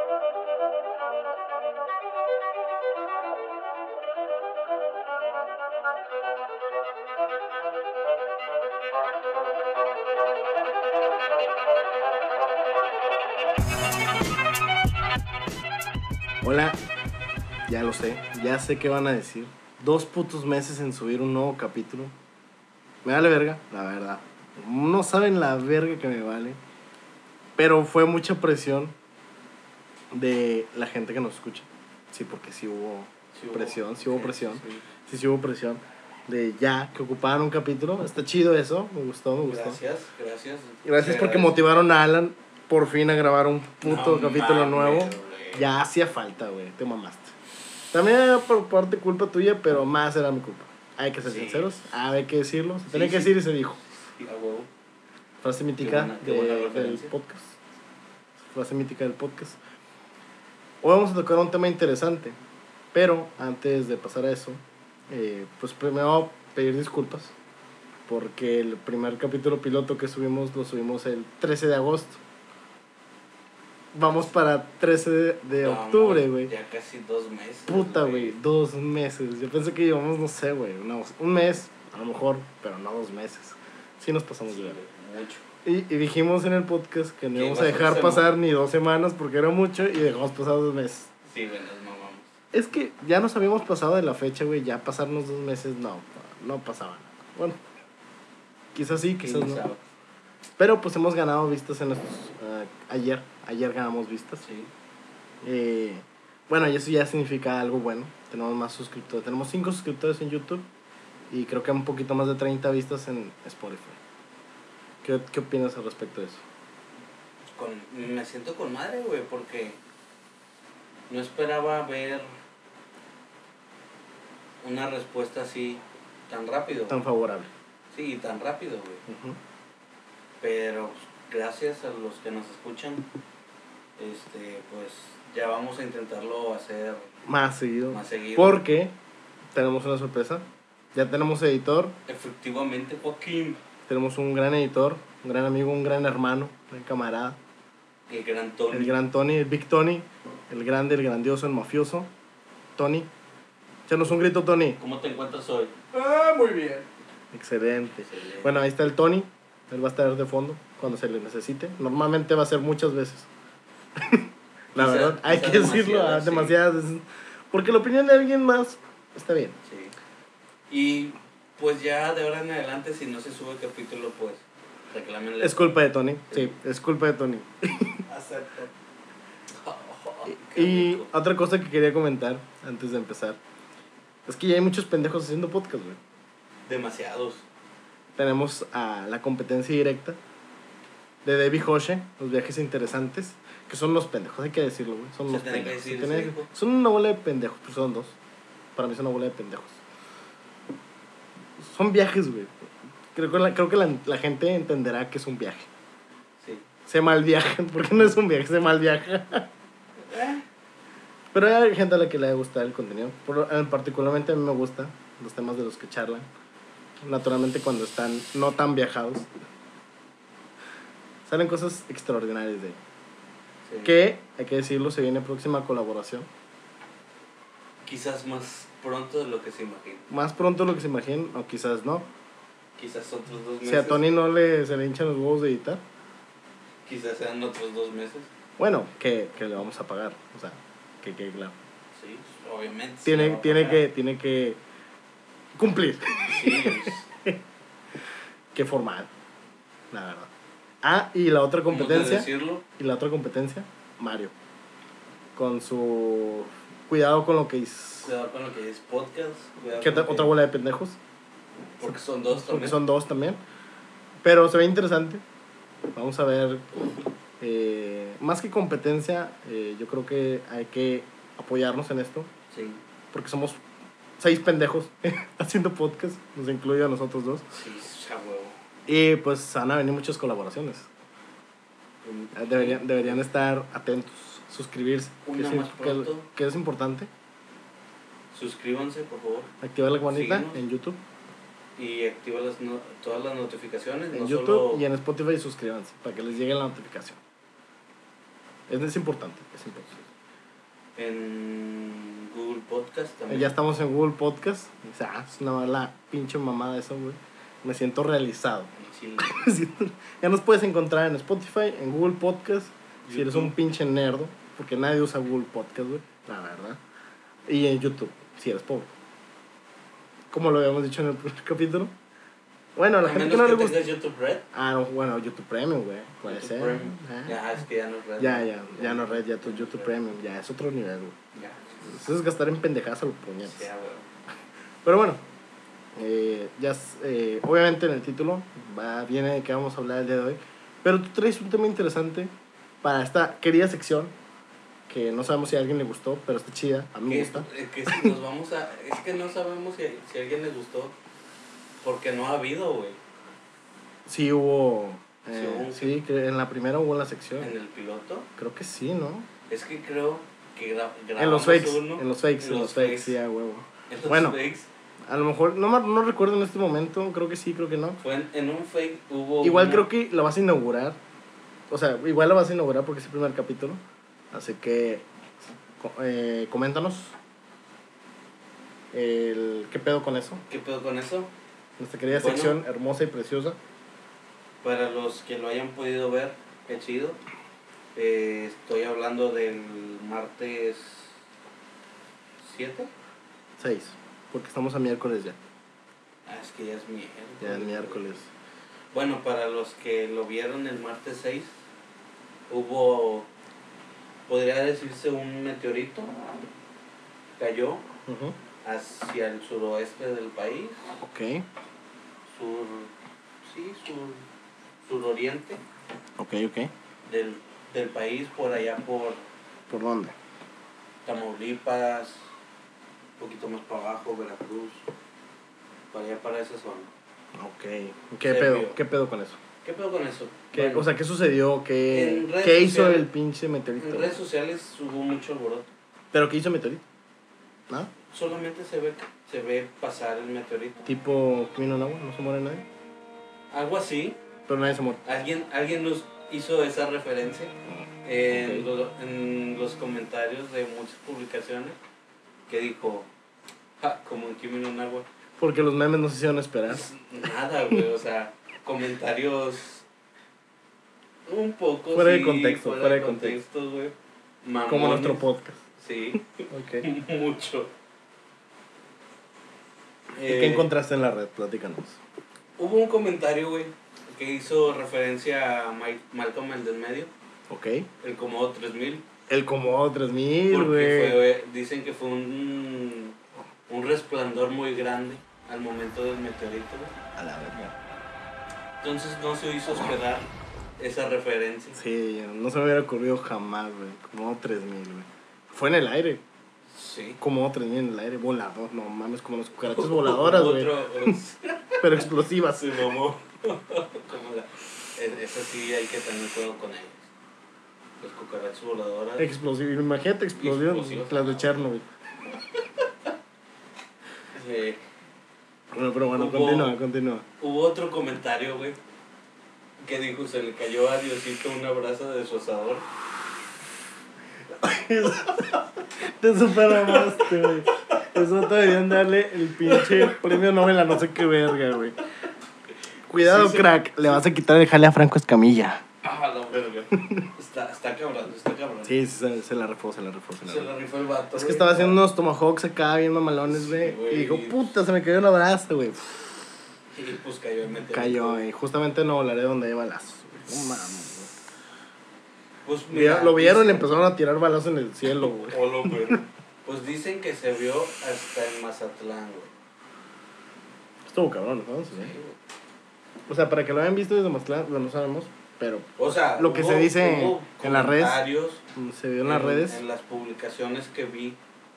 Hola, ya lo sé, ya sé qué van a decir. 2 putos meses en subir un nuevo capítulo. Me vale verga, la verdad. No saben la verga que me vale. Pero fue mucha presión de la gente que nos escucha. Sí, porque sí hubo presión. Sí hubo presión. De ya, que ocupaban un capítulo. Está chido eso, me gustó. Gracias porque motivaron a Alan por fin a grabar un puto capítulo nuevo. Wey. Ya hacía falta, güey, te mamaste. También era por parte culpa tuya, pero más era mi culpa. Hay que ser sinceros, hay que decirlo. Se tenía que decir y se dijo. Sí, a huevo. Frase mítica del referencia. podcast. Frase mítica del podcast. Hoy vamos a tocar un tema interesante. Pero antes de pasar a eso, pues primero pedir disculpas. Porque el primer capítulo piloto que subimos lo subimos el 13 de agosto. Vamos para 13 de octubre, güey. Ya casi 2 meses. Puta, güey, 2 meses. Yo pensé que llevamos, no sé, güey, un mes, a lo mejor, pero no 2 meses. Sí nos pasamos de ver. Mucho. Y dijimos en el podcast que no íbamos a dejar pasar ni 2 semanas porque era mucho y dejamos pasar 2 meses. Sí, güey, nos mamamos. Es que ya nos habíamos pasado de la fecha, güey, ya pasarnos 2 meses, no pasaba nada. Bueno, quizás sí, quizás no. Pero pues hemos ganado vistas en nuestros... Ayer ganamos vistas. Sí. Bueno, y eso ya significa algo bueno. Tenemos más suscriptores. Tenemos 5 suscriptores en YouTube. Y creo que un poquito más de 30 vistas en Spotify. ¿Qué opinas al respecto de eso? Me siento con madre, güey, porque no esperaba ver una respuesta así tan rápido. Tan favorable. Sí, tan rápido, güey. Uh-huh. Pero gracias a los que nos escuchan, pues ya vamos a intentarlo hacer más seguido. Porque tenemos una sorpresa. Ya tenemos editor. Efectivamente, Joaquín. Tenemos un gran editor, un gran amigo, un gran hermano, un gran camarada. El gran Tony. El gran Tony, el Big Tony, el grande, el grandioso, el mafioso. Tony. Échanos un grito, Tony. ¿Cómo te encuentras hoy? Muy bien. Excelente. Bueno, ahí está el Tony. Él va a estar de fondo cuando se le necesite. Normalmente va a ser muchas veces. La verdad, hay que decirlo demasiadas veces. Porque la opinión de alguien más está bien. Sí. Y pues ya de ahora en adelante, si no se sube el capítulo, pues reclámenle. Es culpa de Tony. Sí, es culpa de Tony. Acepto. Y otra cosa que quería comentar antes de empezar es que ya hay muchos pendejos haciendo podcast, güey. Demasiados. Tenemos a la competencia directa de Debbie Joshe, los viajes interesantes, que son los pendejos, hay que decirlo, güey. Son los pendejos. Son una bola de pendejos, pues son 2. Para mí son una bola de pendejos. Son viajes, güey. Creo que la gente entenderá que es un viaje. Sí. Se mal viajan, porque no es un viaje, se mal viaja. Pero hay gente a la que le gusta el contenido. Particularmente a mí me gustan los temas de los que charlan. Naturalmente cuando están no tan viajados. Salen cosas extraordinarias de ahí. Sí. Que, hay que decirlo, se viene próxima colaboración. Quizás más pronto de lo que se imagina. Más pronto de lo que se imagina, o quizás no. Quizás otros 2 meses. Si a Tony se le hinchan los huevos de editar. Quizás sean otros 2 meses. Bueno, que le vamos a pagar. O sea, que claro. Sí, obviamente. Tiene que cumplir. Sí. Qué formal, la verdad. Ah, y la otra competencia. Y la otra competencia, Mario. Con su cuidado con lo que es. Cuidado con lo que es podcast. ¿Qué otra bola de pendejos? Porque son 2 también. Porque son 2 también. Pero se ve interesante. Vamos a ver. Más que competencia, yo creo que hay que apoyarnos en esto. Sí. Porque somos 6 pendejos haciendo podcast. Nos incluye a nosotros 2. Sí, ya huevo. Y pues van a venir muchas colaboraciones. Deberían estar atentos, suscribirse, que es importante. Suscríbanse, por favor. Activar la campanita en YouTube. Y activar todas las notificaciones. En YouTube y en Spotify suscríbanse para que les llegue la notificación. Es importante, es importante. En Google Podcast también. Ya estamos en Google Podcast. O sea, es una mala pinche mamada eso, güey. Me siento realizado. Sí. Ya nos puedes encontrar en Spotify, en Google Podcast, si eres un pinche nerdo, porque nadie usa Google Podcast, güey, la verdad. Y en YouTube, si eres pobre. Como lo habíamos dicho en el primer capítulo. Bueno, a la A gente menos que no le que gusta. tengas YouTube Red. Ah, no, bueno, YouTube Premium, güey. Puede YouTube ser. Premium. Ah. Ya, es que ya no es Red. Ya no red, ya tu YouTube Premium, ya es otro nivel, güey. Ya. Eso es gastar en pendejadas a los puñetas. Ya, güey. Pero bueno, obviamente en el título viene de qué vamos a hablar el día de hoy. Pero tú traes un tema interesante para esta querida sección que no sabemos si a alguien le gustó, pero está chida, a mí me gusta. Que si nos vamos a... Es que no sabemos si a alguien le gustó, porque no ha habido, güey. Sí hubo, Sí hubo un- sí, que en la primera hubo la sección. En el piloto. Creo que sí, ¿no? Es que creo que grabamos En los fakes, uno. en los fakes, sí, a huevo. En los Bueno. fakes. A lo mejor, no recuerdo en este momento, creo que sí, creo que no. Fue en un fake hubo... Igual una- creo que la vas a inaugurar. O sea, igual la vas a inaugurar porque es el primer capítulo. Así que coméntanos qué pedo con eso. ¿Qué pedo con eso? Nuestra querida Bueno. sección hermosa y preciosa. Para los que lo hayan podido ver, qué chido. Estoy hablando del martes 7. 6. Porque estamos a miércoles ya. Ah, es que ya es miércoles. Ya es miércoles. Bueno, para los que lo vieron el martes 6, hubo, podría decirse, un meteorito. Cayó Ujú. hacia el suroeste del país, Ok, suroriente ok. del país, por allá por ¿Por dónde? Tamaulipas, un poquito más para abajo, Veracruz, para allá para esa zona. Ok. ¿Qué Se pedo? vio. ¿Qué pedo con eso? ¿Qué pedo con eso? ¿Qué, Bueno, o sea, ¿qué sucedió? ¿Qué, en redes ¿qué hizo sociales- el pinche meteorito? en redes sociales hubo mucho alboroto. ¿Pero qué hizo el meteorito? ¿Nada? Solamente se ve pasar el meteorito. Tipo, ¿vino en agua? ¿No se muere nadie? Algo así. Pero nadie se muere. Alguien nos hizo esa referencia en los comentarios de muchas publicaciones, que dijo, como en Kimi no Na wa. Porque los memes no se hicieron esperar. Nada, güey, o sea, comentarios un poco Fuera de sí, contexto, fuera de contexto, güey. Mamones. Como nuestro podcast. Sí, Ok. mucho. ¿Y qué encontraste en la red? Platícanos. Hubo un comentario, güey, que hizo referencia a Malcolm el del medio, Ok. el Comodo 3000. El Comodo 3000, güey. Porque dicen que fue un resplandor muy grande al momento del meteorito, güey. A la verga. Entonces no se hizo esperar esa referencia. Sí, no se me hubiera ocurrido jamás, güey. Comodo 3000, güey. Fue en el aire. Sí. Comodo 3000 en el aire, volador. No mames, como las cucarachas voladoras, güey. Pero explosivas. Se mamó. Esa sí hay que tener cuidado con ellas. Las cucarachas voladoras. Explosivas. Imagínate explosión. Explosivas. Las de Chernobyl. eh, Bueno, pero bueno, continúa. Hubo otro comentario, güey, que dijo, se le cayó a Diosito una brasa de su asador. Te superamaste, güey. Eso deberían darle el pinche premio Nobel a no sé qué verga, güey. Cuidado, Sí, crack. Le vas a quitar el jale a Franco Escamilla. Ah, la verga. Está cabrón. Sí, se la rifó. Se la rifó el vato. Es que güey. estaba haciendo unos tomahawks acá bien mamalones, güey. Sí, güey. Y dijo, puta, se me cayó la brasa, güey. Y pues cayó el meteorito. Cayó, y justamente en Nuevo Laredo donde hay balazos. No mames, Pues güey. Lo vieron y empezaron a tirar balazos en el cielo, güey. Olo, güey. Pues dicen que se vio hasta en Mazatlán, güey. Estuvo cabrón, entonces, Sí, ¿eh? güey. O sea, para que lo hayan visto desde Mazatlán, no sabemos, pero O sea, lo que se dice hubo en las redes, comentarios se vio en las redes. En las publicaciones que vi,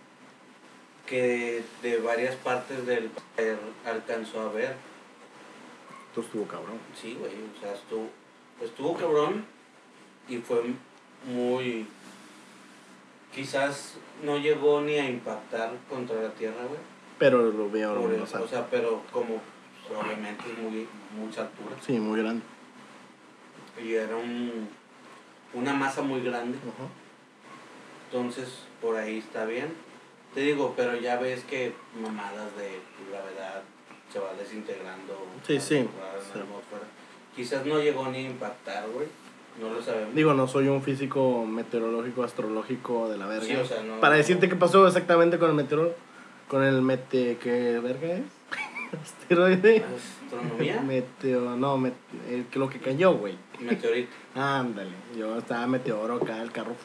que de varias partes del país alcanzó a ver. Esto estuvo cabrón. Sí, güey, o sea, estuvo cabrón y fue muy... Quizás no llegó ni a impactar contra la tierra, güey. Pero lo veo, Por o eso, sea, o sea, pero como pues, obviamente es mucha altura. sí, muy grande. Y era una masa muy grande. Ajá. Entonces, por ahí está bien. Te digo, pero ya ves que mamadas de gravedad se va desintegrando. Sí, sí. En la atmósfera. Quizás no llegó ni a impactar, güey. No lo sabemos. Digo, no soy un físico meteorológico, astrológico de la verga. Sí, o sea, no. Para decirte qué pasó exactamente con el meteoro. Con el ¿qué verga es? Asteroide. ¿Astronomía? Lo que cayó, güey. Meteorito. Ándale, yo estaba meteoro acá, el carro.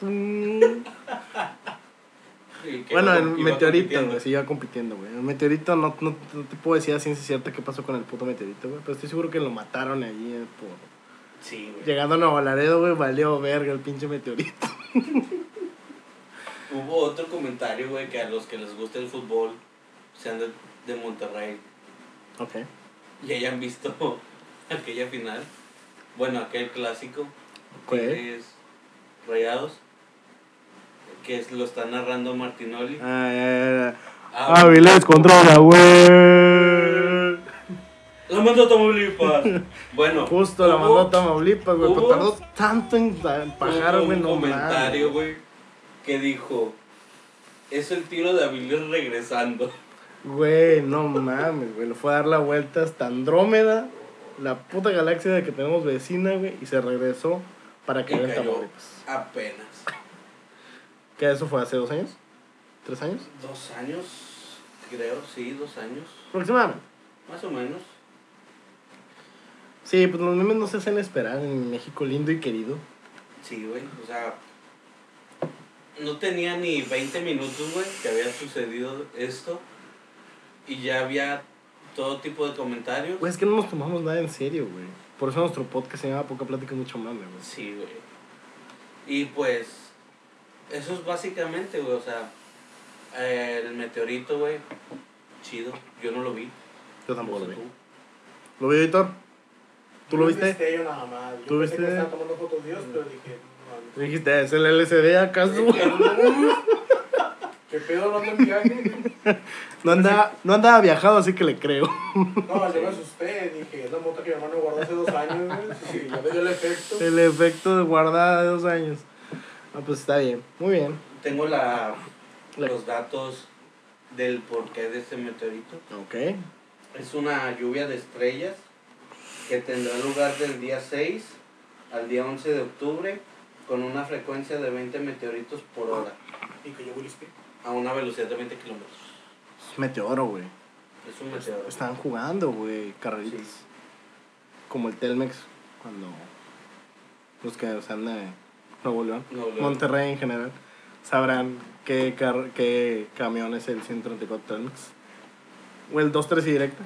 Y que Bueno, el iba meteorito, compitiendo. güey, sí iba compitiendo, güey. El meteorito no te puedo decir a ciencia cierta qué pasó con el puto meteorito, güey. Pero estoy seguro que lo mataron allí por... Sí, güey. Llegando a Nuevo Laredo, güey, valió verga el pinche meteorito. Hubo otro comentario, güey, que a los que les gusta el fútbol, sean de Monterrey, Ok. y hayan visto aquella final, bueno, aquel clásico, ¿Qué? Tigres Rayados, que lo está narrando Martinoli. Áviles controla, güey. La mandó a Tamaulipas. Bueno, Justo la mandó a Tamaulipas, güey. Pero hubo- tardó tanto en pagar, hubo güey, un no comentario, mames. güey, que dijo, es el tiro de Avilés regresando. Güey, no mames, güey. Le fue a dar la vuelta hasta Andrómeda, la puta galaxia de que tenemos vecina, güey. Y se regresó para Y caer en cayó Tamaulipas. apenas. ¿Qué eso fue hace 2 años? ¿3 años? 2 años, creo, sí, 2 años, Aproximadamente. más o menos. Sí, pues los memes no se hacen esperar en México lindo y querido. Sí, güey, o sea, no tenía ni 20 minutos, güey, que había sucedido esto y ya había todo tipo de comentarios. Pues es que no nos tomamos nada en serio, güey. Por eso nuestro podcast se llama Poca Plática Mucho Mame, güey. Sí, güey. Y pues, eso es básicamente, güey, o sea, el meteorito, güey, chido, yo no lo vi. Yo tampoco No lo sé vi. tú. ¿Lo vi, Víctor? ¿Tú lo Un viste? destello nada más. Yo ¿Tú pensé viste? que me estaban tomando fotos Dios, pero dije, no, Dijiste, ¿es el LCD acaso? ¿qué pedo no ando en viaje? No andaba viajado, así que le creo. No, yo me asusté, dije, es la moto que mi hermano guardó hace 2 años, güey. Sí, ya me dio el efecto. El efecto de guardada de 2 años. Ah, pues está bien. Muy bien. Tengo los datos del porqué de este meteorito. Ok. Es una lluvia de estrellas que tendrá lugar del día 6 al día 11 de octubre con una frecuencia de 20 meteoritos por hora Y que yo Willispe. a una velocidad de 20 kilómetros. Es meteoro, güey. Es un meteoro. Estaban jugando, güey, carreritas. Sí. Como el Telmex, cuando los que sean de Nuevo León, Nuevo León. Monterrey en general, sabrán qué camión es el 134 Telmex. O el 23 y directa.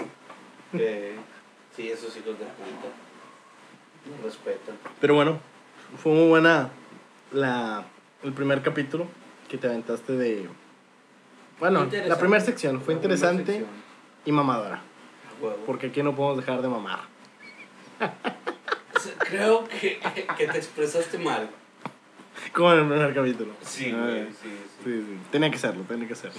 Sí, esos hijos de puta. No respetan. Pero bueno, fue muy buena el primer capítulo que te aventaste de... Bueno, Interesante. la primera sección fue La primera interesante sección. y mamadora. A huevo. Porque aquí no podemos dejar de mamar. Creo que te expresaste mal. Como en el primer capítulo. Sí, Ah, güey, sí. Sí. Tenía que serlo.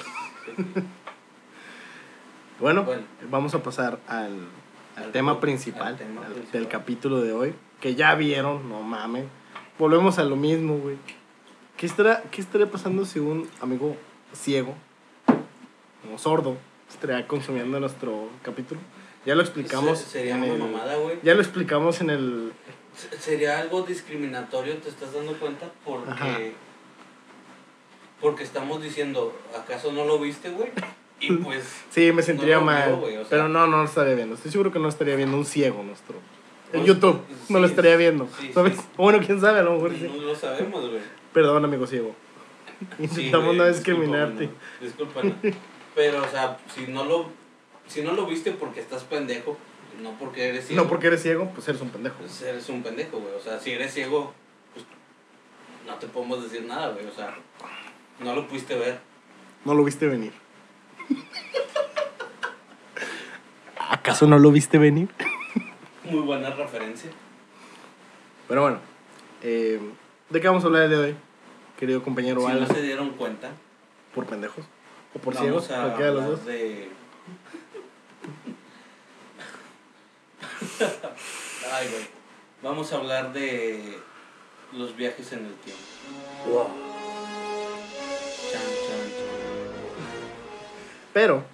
Bueno, Bueno. vamos a pasar al Al tema po- principal, al tema principal. del capítulo de hoy. Que ya vieron, no mames. Volvemos a lo mismo, güey. ¿Qué estaría pasando si un amigo ciego o sordo estaría consumiendo nuestro capítulo? Ya lo explicamos. Sería en una el- mamada, güey. Ya lo explicamos en el... Sería algo discriminatorio, ¿te estás dando cuenta? Ajá. Porque estamos diciendo, ¿acaso no lo viste, güey? Y pues... Sí, me sentiría no lo mal. vio, güey, o sea. Pero no lo estaría viendo. Estoy seguro que no estaría viendo un ciego nuestro. En Pues, YouTube no sí, lo estaría viendo. sí, ¿Sabes? sí. O bueno, quién sabe, a lo mejor sí. No lo sabemos, güey. Perdón, amigo ciego. Sí, Intentamos güey, no discriminarte. Discúlpanos. Pero, o sea, si no lo viste porque estás pendejo, no porque eres ciego. No porque eres ciego, pues eres un pendejo. Pues eres un pendejo, güey. O sea, si eres ciego, pues no te podemos decir nada, güey. O sea, no lo pudiste ver. No lo viste venir. ¿Acaso no lo viste venir? Muy buena referencia. Pero bueno, ¿de qué vamos a hablar el día de hoy? Querido compañero Si no Alan, se dieron cuenta, ¿por pendejos? ¿O por vamos ciegos? a Cualquiera de los hablar dos. de... Ay, güey. Vamos a hablar de los viajes en el tiempo. Wow. Chan, chan, chan. Pero,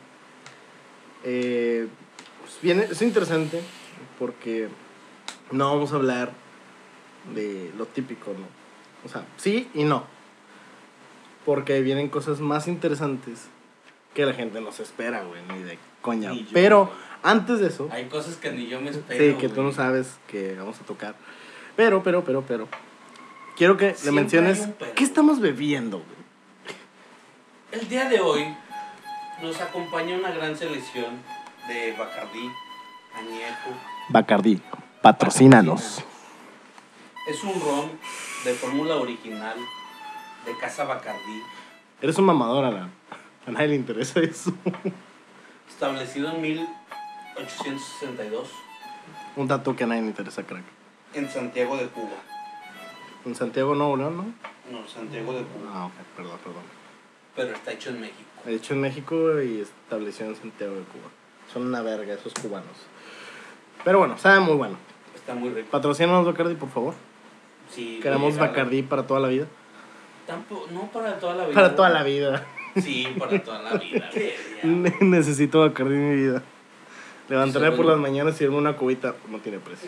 pues viene, es interesante porque no vamos a hablar de lo típico, ¿no? O sea, sí y no. Porque vienen cosas más interesantes que la gente no se espera, güey, ni de coña. Ni yo, Pero güey. antes de eso, Hay cosas que ni yo me espero. sí, que tú güey. no sabes que vamos a tocar. Pero, quiero que le Siempre menciones hay un pero. qué estamos bebiendo, güey. El día de hoy nos acompaña una gran selección de Bacardí, Añejo. Bacardí, patrocínanos. Es un ron de fórmula original de Casa Bacardí, Eres un mamador, Alan. A nadie le interesa eso. establecido en 1862 Un dato que a nadie le interesa, crack. en Santiago de Cuba. En Santiago, Nuevo León, ¿no? No, Santiago de Cuba, Ah, ok, perdón. pero está hecho en México. Hecho en México y establecido en Santiago de Cuba. Son una verga esos cubanos. Pero bueno, sabe muy bueno. Está muy rico. Patrocínanos Bacardi, por favor. Sí, Queremos voy a llegar. Bacardi para toda la vida. Tampoco, no para toda la vida. Para toda la vida. Sí, para toda la vida. Necesito Bacardi en mi vida. Levantarme por Segundo. las mañanas y irme una cubita. No tiene precio.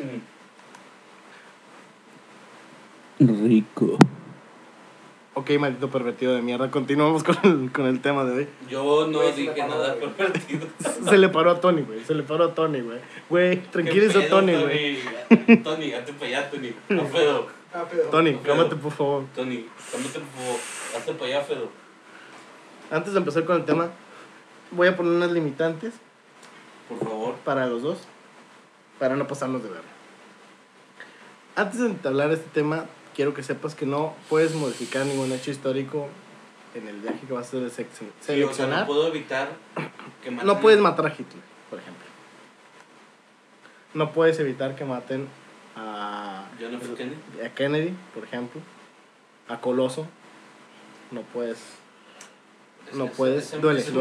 Rico. Ok, maldito pervertido de mierda. Continuamos con el tema de hoy. Yo no Güey, se dije me paró, nada güey. pervertido. Se le paró a Tony, güey. Güey, tranquiliza a Tony, güey. Tony, hazte para allá, Tony. No, Fedo. Ah, pero. Tony, Feo. cálmate, por favor. Tony, cámate por favor. Hazte para allá, Fedo. Antes de empezar con el tema, voy a poner unas limitantes Por favor. para los dos, para no pasarnos de verga. Antes de entablar este tema, quiero que sepas que no puedes modificar ningún hecho histórico en el viaje que vas a Sí, o sea, seleccionar. no puedo evitar que maten No puedes matar a Hitler, por ejemplo. No puedes evitar que maten a John F. Kennedy. a Kennedy, por ejemplo. A Coloso. No puedes. No puedes. Duele. No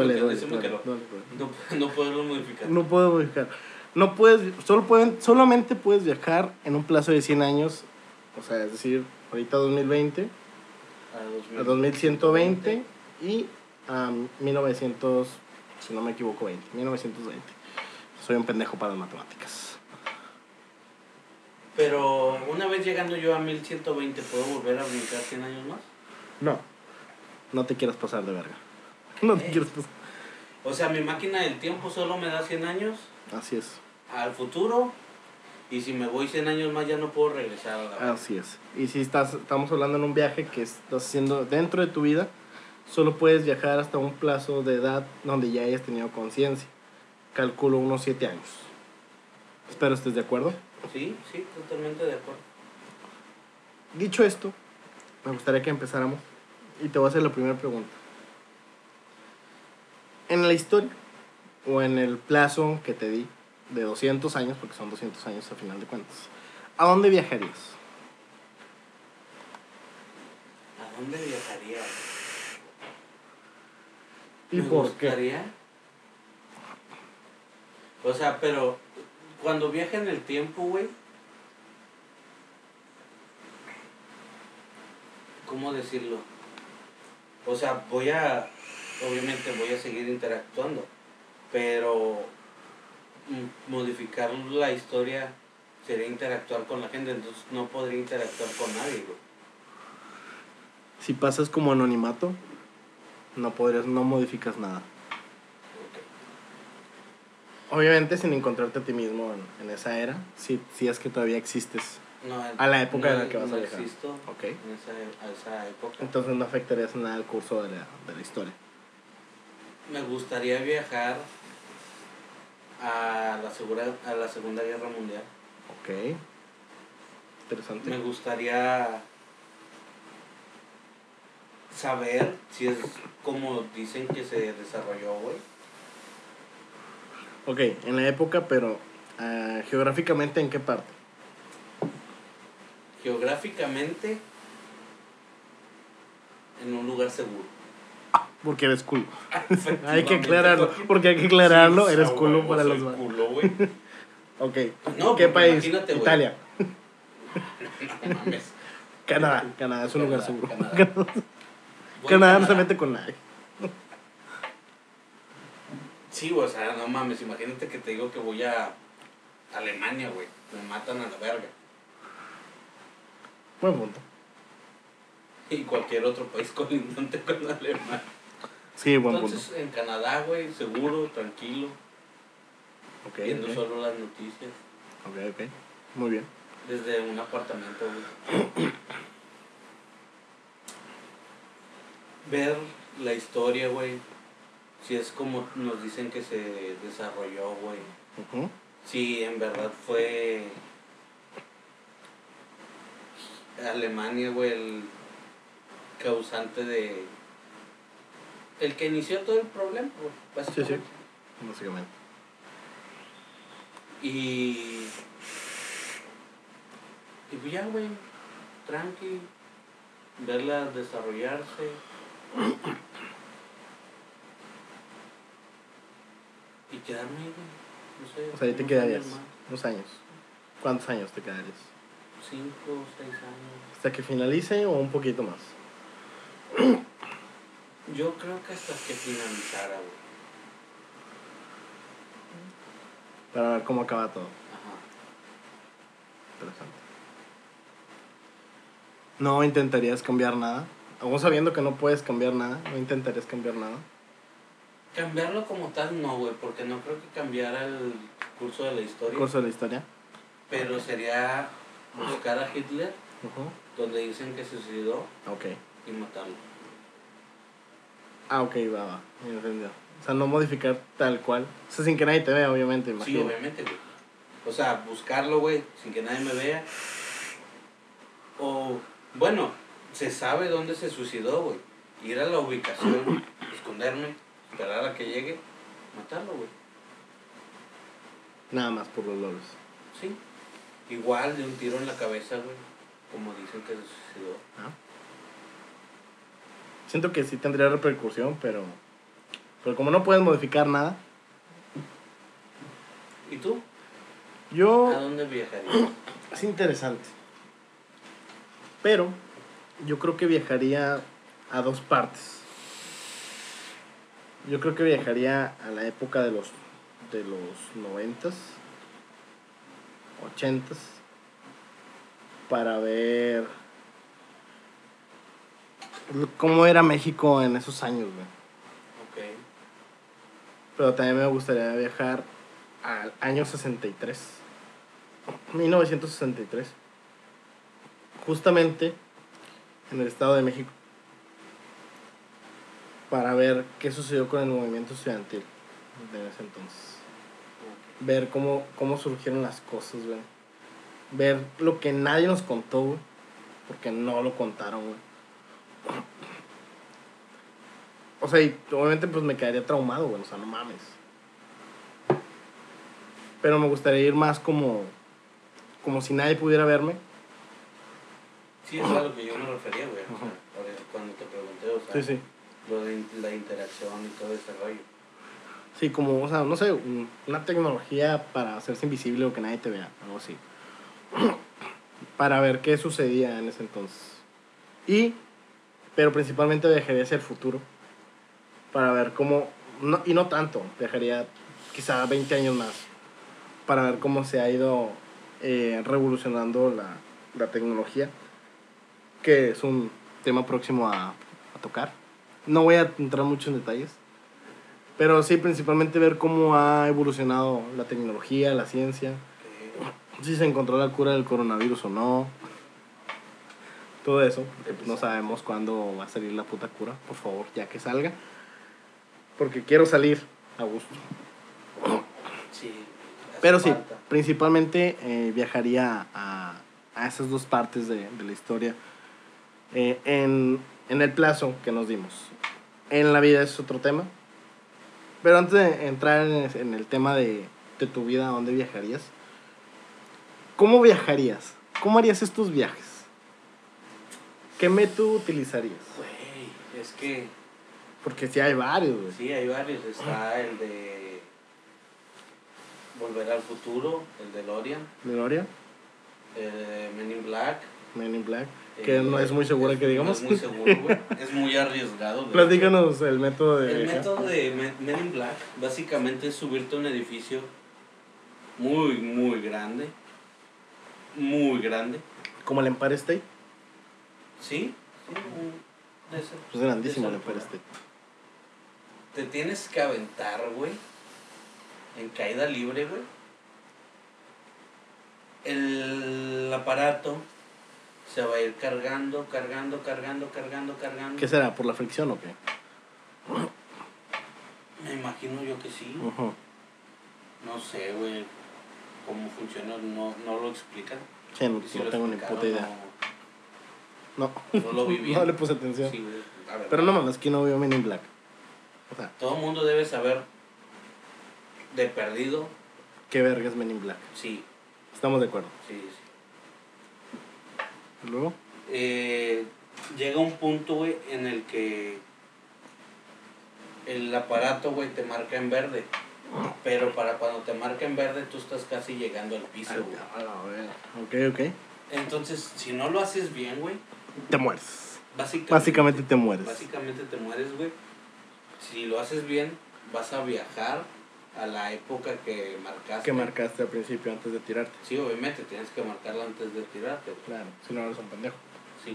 puedo modificar. No puedo modificar. No puedes. Solamente puedes viajar en un plazo de 100 años. O sea, es decir, ahorita 2020, a 2120 y a 1900, si no me equivoco, 1920. Soy un pendejo para las matemáticas. Pero una vez llegando yo a 1120, ¿puedo volver a brincar 100 años más? No te quieras pasar de verga. No te quieras pasar. O sea, mi máquina del tiempo solo me da 100 años Así es. al futuro. Y si me voy 100 años más ya no puedo regresar a la verdad. Así es. Y si estamos hablando en un viaje que estás haciendo dentro de tu vida, solo puedes viajar hasta un plazo de edad donde ya hayas tenido conciencia. Calculo unos 7 años. Espero estés de acuerdo. Sí, totalmente de acuerdo. Dicho esto, me gustaría que empezáramos y te voy a hacer la primera pregunta. En la historia o en el plazo que te di de 200 años, porque son 200 años a final de cuentas, ¿a dónde viajarías? ¿A dónde viajaría? ¿Y Me por qué? gustaría. O sea, pero cuando viaje en el tiempo, güey. ¿Cómo decirlo? O sea, obviamente voy a seguir interactuando, pero modificar la historia sería interactuar con la gente, entonces no podría interactuar con nadie, güey. Si pasas como anonimato, no modificas nada. Obviamente sin encontrarte a ti mismo en esa era, si es que todavía existes. No, A la época no, en la que vas a no viajar. existo Ok. a esa época. Entonces no afectarías nada el curso de la historia. Me gustaría viajar a la Segunda Guerra Mundial. Ok. Interesante. Me gustaría saber si es como dicen que se desarrolló, güey. Ok, en la época, pero geográficamente, ¿en qué parte? Geográficamente, en un lugar seguro. Porque eres culo. Efectivamente, Hay que aclararlo, porque hay que aclararlo, Sí, eres a culo huevo, para soy los... culo, güey. Ok, No, ¿qué porque país? imagínate, güey. Italia. No mames. Canadá es un lugar seguro. Canadá. Voy a Canadá no se mete con nadie. Sí, güey, o sea, no mames, imagínate que te digo que voy a Alemania, güey. Me matan a la verga. Buen punto. Y cualquier otro país colindante con Alemania. Sí, buen Entonces, en Canadá, güey, seguro, tranquilo, punto. viendo Ok. solo las noticias. Ok. Muy bien. Desde un apartamento, güey. Ver la historia, güey. Si es como nos dicen que se desarrolló, güey. Ujú. Si en verdad fue Alemania, güey, el causante de... El que inició todo el problema, güey, Sí, sí. básicamente. Básicamente. Y pues ya, güey, tranqui, verla desarrollarse. Y quedarme ahí, güey, no sé. O sea, ahí te unos quedarías. años más. Unos años. ¿Cuántos años te quedarías? 5 o 6 años. ¿Hasta que finalice o un poquito más? Yo creo que hasta que finalizara, güey. Para ver cómo acaba todo. Ajá. Interesante. ¿No intentarías cambiar nada? Aún sabiendo que no puedes cambiar nada, ¿no intentarías cambiar nada? Cambiarlo como tal no, güey, porque no creo que cambiara el curso de la historia. ¿Curso de la historia? Pero sería buscar a Hitler, Ujú. donde dicen que se suicidó, Ok. y matarlo. Ok, va. Me entendió. O sea, no modificar tal cual. O sea, sin que nadie te vea, obviamente, Sí, imagino. obviamente, güey. O sea, buscarlo, güey, sin que nadie me vea. O, bueno, se sabe dónde se suicidó, güey. Ir a la ubicación, esconderme, esperar a que llegue, matarlo, güey. Nada más por los lolos. Sí. Igual de un tiro en la cabeza, güey. Como dicen que se suicidó. ¿Ah? Siento que sí tendría repercusión, pero como no puedes modificar nada, ¿Y tú? ¿A yo... dónde viajarías? Es interesante. Pero yo creo que viajaría a dos partes. Yo creo que viajaría a la época de los 90s, 80s, para ver cómo era México en esos años, güey. Ok. Pero también me gustaría viajar al año 63, 1963, justamente en el Estado de México, para ver qué sucedió con el movimiento estudiantil de ese entonces. Ver cómo surgieron las cosas, güey. Ver lo que nadie nos contó, güey, porque no lo contaron, güey. O sea, y obviamente pues me quedaría traumado, güey, o sea, no mames. Pero me gustaría ir más como si nadie pudiera verme. Sí, es a lo que yo me refería, güey. O sea, cuando te pregunté, o sea, Sí, sí. lo de la interacción y todo ese rollo. Sí, como, o sea, no sé, una tecnología para hacerse invisible o que nadie te vea, algo así. Para ver qué sucedía en ese entonces. Pero principalmente viajaría hacia el futuro. Para ver cómo, y no tanto, viajaría quizá 20 años más. Para ver cómo se ha ido revolucionando la tecnología. Que es un tema próximo a tocar. No voy a entrar mucho en detalles. Pero sí, principalmente ver cómo ha evolucionado la tecnología, la ciencia. Si se encontró la cura del coronavirus o no. Todo eso, porque pues, no sabemos cuándo va a salir la puta cura. Por favor, ya que salga. Porque quiero salir a gusto. Sí. hace Pero sí, falta. principalmente viajaría a esas dos partes de la historia. En el plazo que nos dimos. En la vida es otro tema. Pero antes de entrar en el tema de tu vida, ¿a dónde viajarías? ¿Cómo viajarías? ¿Cómo harías estos viajes? ¿Qué método utilizarías? Güey, es que Porque sí hay varios, güey. sí, hay varios. Está el de Volver al Futuro, el de DeLorean, Memoria, Men in Black. Men in Black. Que no es muy segura que digamos. No es muy seguro, güey. Es muy arriesgado. Platícanos el método de El viajar. método de Men in Black básicamente es subirte a un edificio muy, muy grande. Muy grande. Como el Empire State. ¿Sí? De ese, Pues grandísimo el de esa Empire altura. State. Te tienes que aventar, güey. En caída libre, güey. El aparato se va a ir cargando. ¿Qué será? ¿Por la fricción o qué? Me imagino yo que sí. Ujú. No sé, güey, cómo funciona, no lo explican. Sí, no, Y si no lo tengo ni explicaron, puta idea. No. No lo vi bien. No le puse atención. Sí, güey, a ver, Pero no mames, que no vio Men in Black. O sea, todo el mundo debe saber de perdido. qué verga es Men in Black. Sí, Estamos de acuerdo. sí. ¿Y luego? Llega un punto, güey, en el que el aparato, güey, te marca en verde. Pero para cuando te marca en verde, tú estás casi llegando al piso, güey. A ver. Ok. Entonces, si no lo haces bien, güey, Te mueres. básicamente Te mueres. Básicamente te mueres, güey. Si lo haces bien, vas a viajar a la época que marcaste. Que marcaste al principio antes de tirarte. Sí, obviamente, tienes que marcarla antes de tirarte, güey. Claro, si no eres un pendejo. Sí.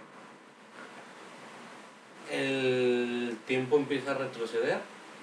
El tiempo empieza a retroceder.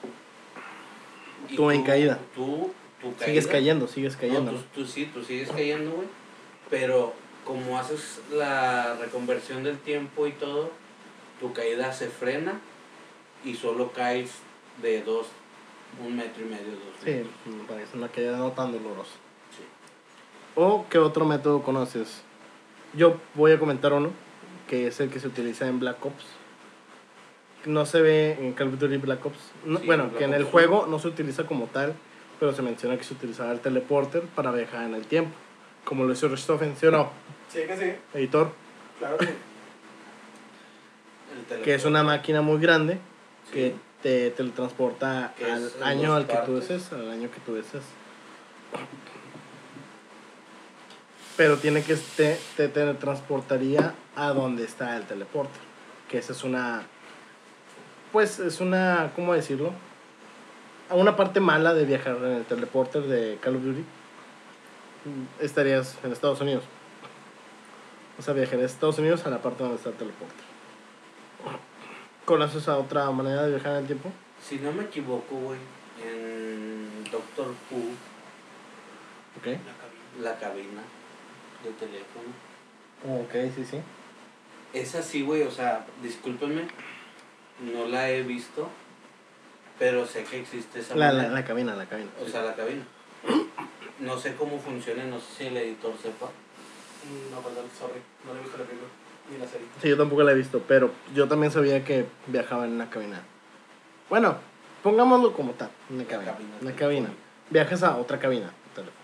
Y Tú en caída. Tu caída. Sigues cayendo. No, tú sigues cayendo, güey. Pero como haces la reconversión del tiempo y todo, tu caída se frena y solo caes de 1,5 metros, 2 Sí, metros. me parece una caída no tan dolorosa. Sí. ¿O qué otro método conoces? Yo voy a comentar uno, que es el que se utiliza en Black Ops. No se ve en Call of Duty Black Ops. No, Sí, bueno, Black que en el Ops juego no se utiliza como tal, pero se menciona que se utilizaba el teleporter para viajar en el tiempo. Como lo hizo Richthofen, ¿sí o no? Sí, que sí. Editor. Claro que sí. Que es una máquina muy grande Sí. que te teletransporta Que al es en año dos al que tú partes. desees, al año que tú desees. Pero tiene que te teletransportaría a donde está el teleporter. Que esa es una, pues es una, ¿cómo decirlo? A una parte mala de viajar en el teleporter de Call of Duty. Estarías en Estados Unidos. O sea, viajarías a Estados Unidos a la parte donde está el teleporter. ¿Conoces a otra manera de viajar en el tiempo? Si no me equivoco, güey, en Doctor Who, Ok. la cabina de teléfono, Ok, sí, sí. es así, güey, o sea, discúlpenme, no la he visto, pero sé que existe esa manera. La cabina. O sea, la cabina. No sé cómo funciona, no sé si el editor sepa. No, perdón, sorry. No le he visto la película ni la serie. Sí, yo tampoco la he visto, pero yo también sabía que viajaba en una cabina. Bueno, pongámoslo como tal, una cabina. Una cabina. Viajas a otra cabina de teléfono.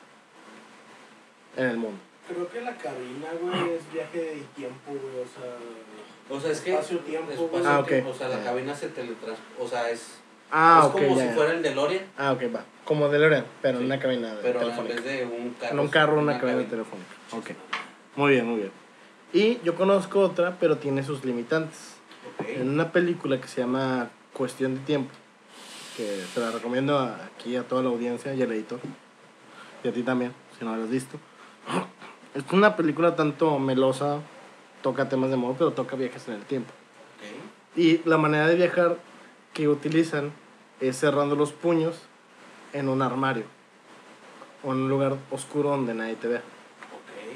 En el mundo. Creo que la cabina, güey, es viaje de tiempo, güey, o sea... O sea, es que Espacio-tiempo, güey. Ah, ok. o sea, la cabina se teletransporta, o sea, es Ah, es ok, como ya. si fuera el DeLorean, Ah, ok, va. Como DeLorean, pero Sí. en una cabina pero en telefónica. vez de un carro. En un carro, una cabina telefónica. Ok. Muy bien. Y yo conozco otra, pero tiene sus limitantes. Ok. En una película que se llama Cuestión de Tiempo, que te la recomiendo aquí a toda la audiencia y al editor, y a ti también, si no la has visto. Es una película tanto melosa, toca temas de moda, pero toca viajes en el tiempo. Ok. Y la manera de viajar que utilizan es cerrando los puños en un armario o en un lugar oscuro donde nadie te vea. Ok.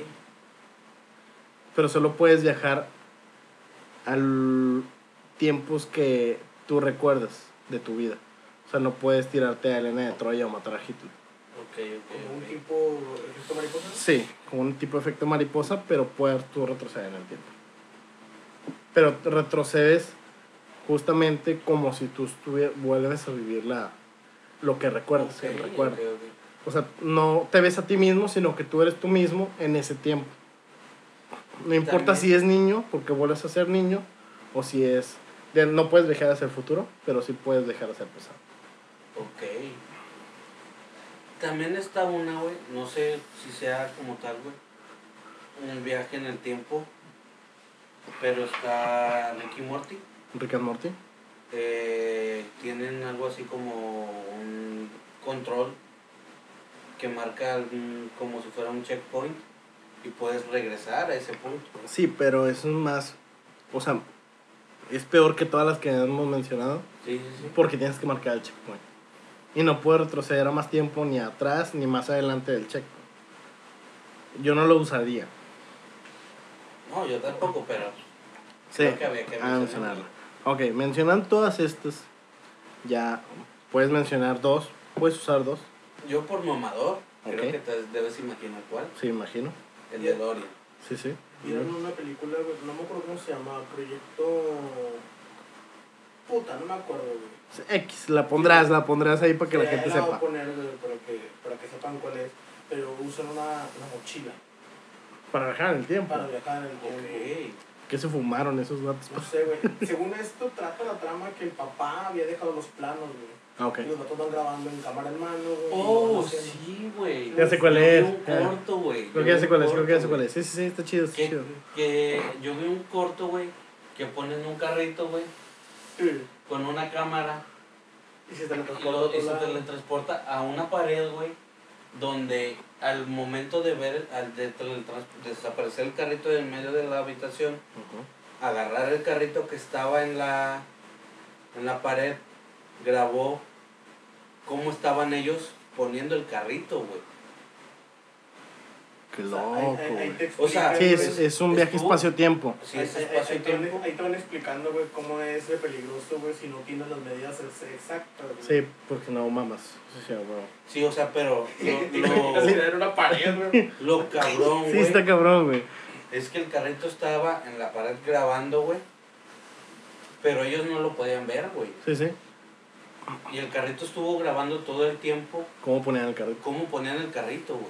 Pero solo puedes viajar a tiempos que tú recuerdas de tu vida. O sea, no puedes tirarte a Elena de Troya o matar a Hitler. Como un Ok. tipo efecto mariposa. Sí, como un tipo de efecto mariposa, pero puedes tú retroceder en el tiempo. Pero retrocedes justamente como si tú vuelves a vivir lo que recuerdas, el recuerdo. Ok. O sea, no te ves a ti mismo, sino que tú eres tú mismo en ese tiempo. No importa También. si es niño, porque vuelves a ser niño, o si es... no puedes dejar hacia el futuro, pero sí puedes dejar hacia el pasado. Ok. También está una, güey, no sé si sea como tal, güey, un viaje en el tiempo, pero está Rick y Morty. Rick and Morty. Tienen algo así como un control que marca como si fuera un checkpoint y puedes regresar a ese punto. Sí, pero eso es más, o sea, es peor que todas las que hemos mencionado Sí, sí, sí. porque tienes que marcar el checkpoint. Y no puedes retroceder a más tiempo ni atrás ni más adelante del checkpoint. Yo no lo usaría. No, yo tampoco, pero Sí, creo que había que mencionarlo. Ok, mencionan todas estas. Ya puedes mencionar dos, puedes usar dos. Yo por mamador, creo Ok. que te debes imaginar cuál. Sí, imagino. El DeLorean. Sí, sí. Vieron una película, güey, no me acuerdo cómo se llama, Proyecto... Puta, no me acuerdo, güey. X, la pondrás ahí para que Sí, la gente ahí la voy sepa. a poner, güey, para que sepan cuál es. Pero usan una mochila Para viajar en el tiempo. para viajar en el tiempo. Ok. ¿Qué se fumaron esos gatos? No sé, güey. Según esto, trata la trama que el papá había dejado los planos, güey. Ah, ok. Y los vatos van grabando en cámara en mano, güey. Oh, y van haciendo- sí, güey. Ya sé cuál Yo es. vi un corto, güey. Creo que ya sé cuál es, Sí, sí, sí, está chido, está chido. Que yo vi un corto, güey, que ponen un carrito, güey, Sí. con una cámara Y se teletransporta y a otro se lado. teletransporta a una pared, güey, donde al momento de ver, desaparecer el carrito en medio de la habitación, Ujú. agarrar el carrito que estaba en la pared, grabó cómo estaban ellos poniendo el carrito, güey. Qué O sea, loco, ahí te güey. O sea, explican, Sí, güey. es un viaje estuvo- espacio-tiempo. Sí, ese espacio y tiempo. Ahí te van explicando, güey, cómo es de peligroso, güey, si no tienes las medidas exactas, güey. Sí, porque no mamas. Sí, güey. Sí, o sea, pero Era una pared, güey. lo cabrón, Sí, güey, está cabrón, güey. es que el carrito estaba en la pared grabando, güey, pero ellos no lo podían ver, güey. Sí, sí. Y el carrito estuvo grabando todo el tiempo ¿Cómo ponían el carrito? cómo ponían el carrito, güey.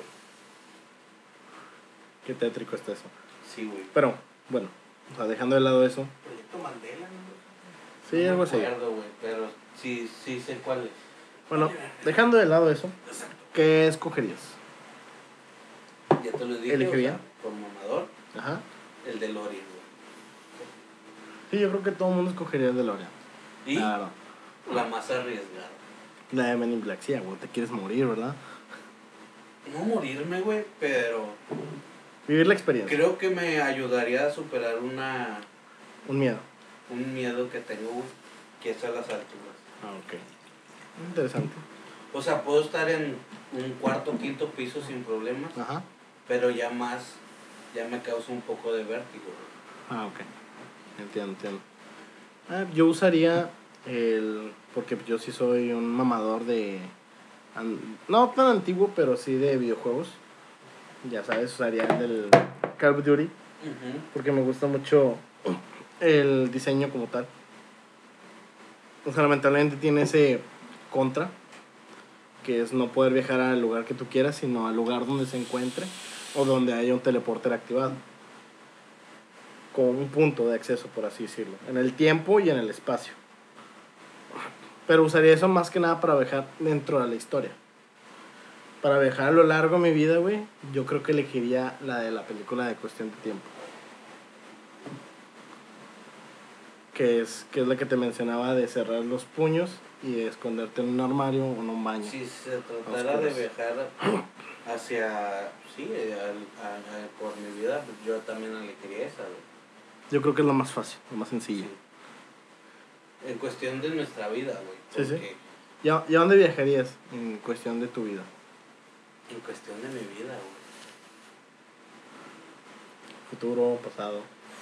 Qué tétrico está eso. Sí, güey. Pero, bueno, o sea, dejando de lado eso. Proyecto Mandela, ¿no? Sí, algo No así. me acuerdo, güey, pero sí sé cuál es. Bueno, dejando de lado eso, ¿qué escogerías? Ya te lo dije, ¿Elegiría? o sea, por mamador, Ajá. el DeLorean, güey. Sí, yo creo que todo el mundo escogería el DeLorean. Y Claro. la más arriesgada. La de Men in Black, sí, güey, te quieres morir, ¿verdad? No morirme, güey, pero Vivir la experiencia. creo que me ayudaría a superar Un miedo. un miedo que tengo, güey, que es a las alturas. Ah, ok. Interesante. O sea, puedo estar en un cuarto, quinto piso sin problemas, Ajá. pero ya me causa un poco de vértigo, güey. Ah, ok. Entiendo. Yo usaría porque yo sí soy un mamador no tan antiguo, pero sí de videojuegos. Ya sabes, usaría el del Call of Duty. Ujú. Porque me gusta mucho el diseño como tal. O sea, lamentablemente tiene ese contra, que es no poder viajar al lugar que tú quieras, sino al lugar donde se encuentre o donde haya un teleporter activado. Como un punto de acceso, por así decirlo. En el tiempo y en el espacio. Pero usaría eso más que nada para viajar dentro de la historia. Para viajar a lo largo de mi vida, güey, yo creo que elegiría la de la película de Cuestión de Tiempo. Que es la que te mencionaba de cerrar los puños y de esconderte en un armario o en un baño. Si se tratara de Oscuros. viajar hacia, sí, por mi vida, pues yo también elegiría esa, güey. Yo creo que es lo más fácil, lo más sencillo. Sí. En cuestión de nuestra vida, güey. Sí, sí. Porque ¿Y a dónde viajarías en cuestión de tu vida? en cuestión de mi vida, güey. Futuro, pasado.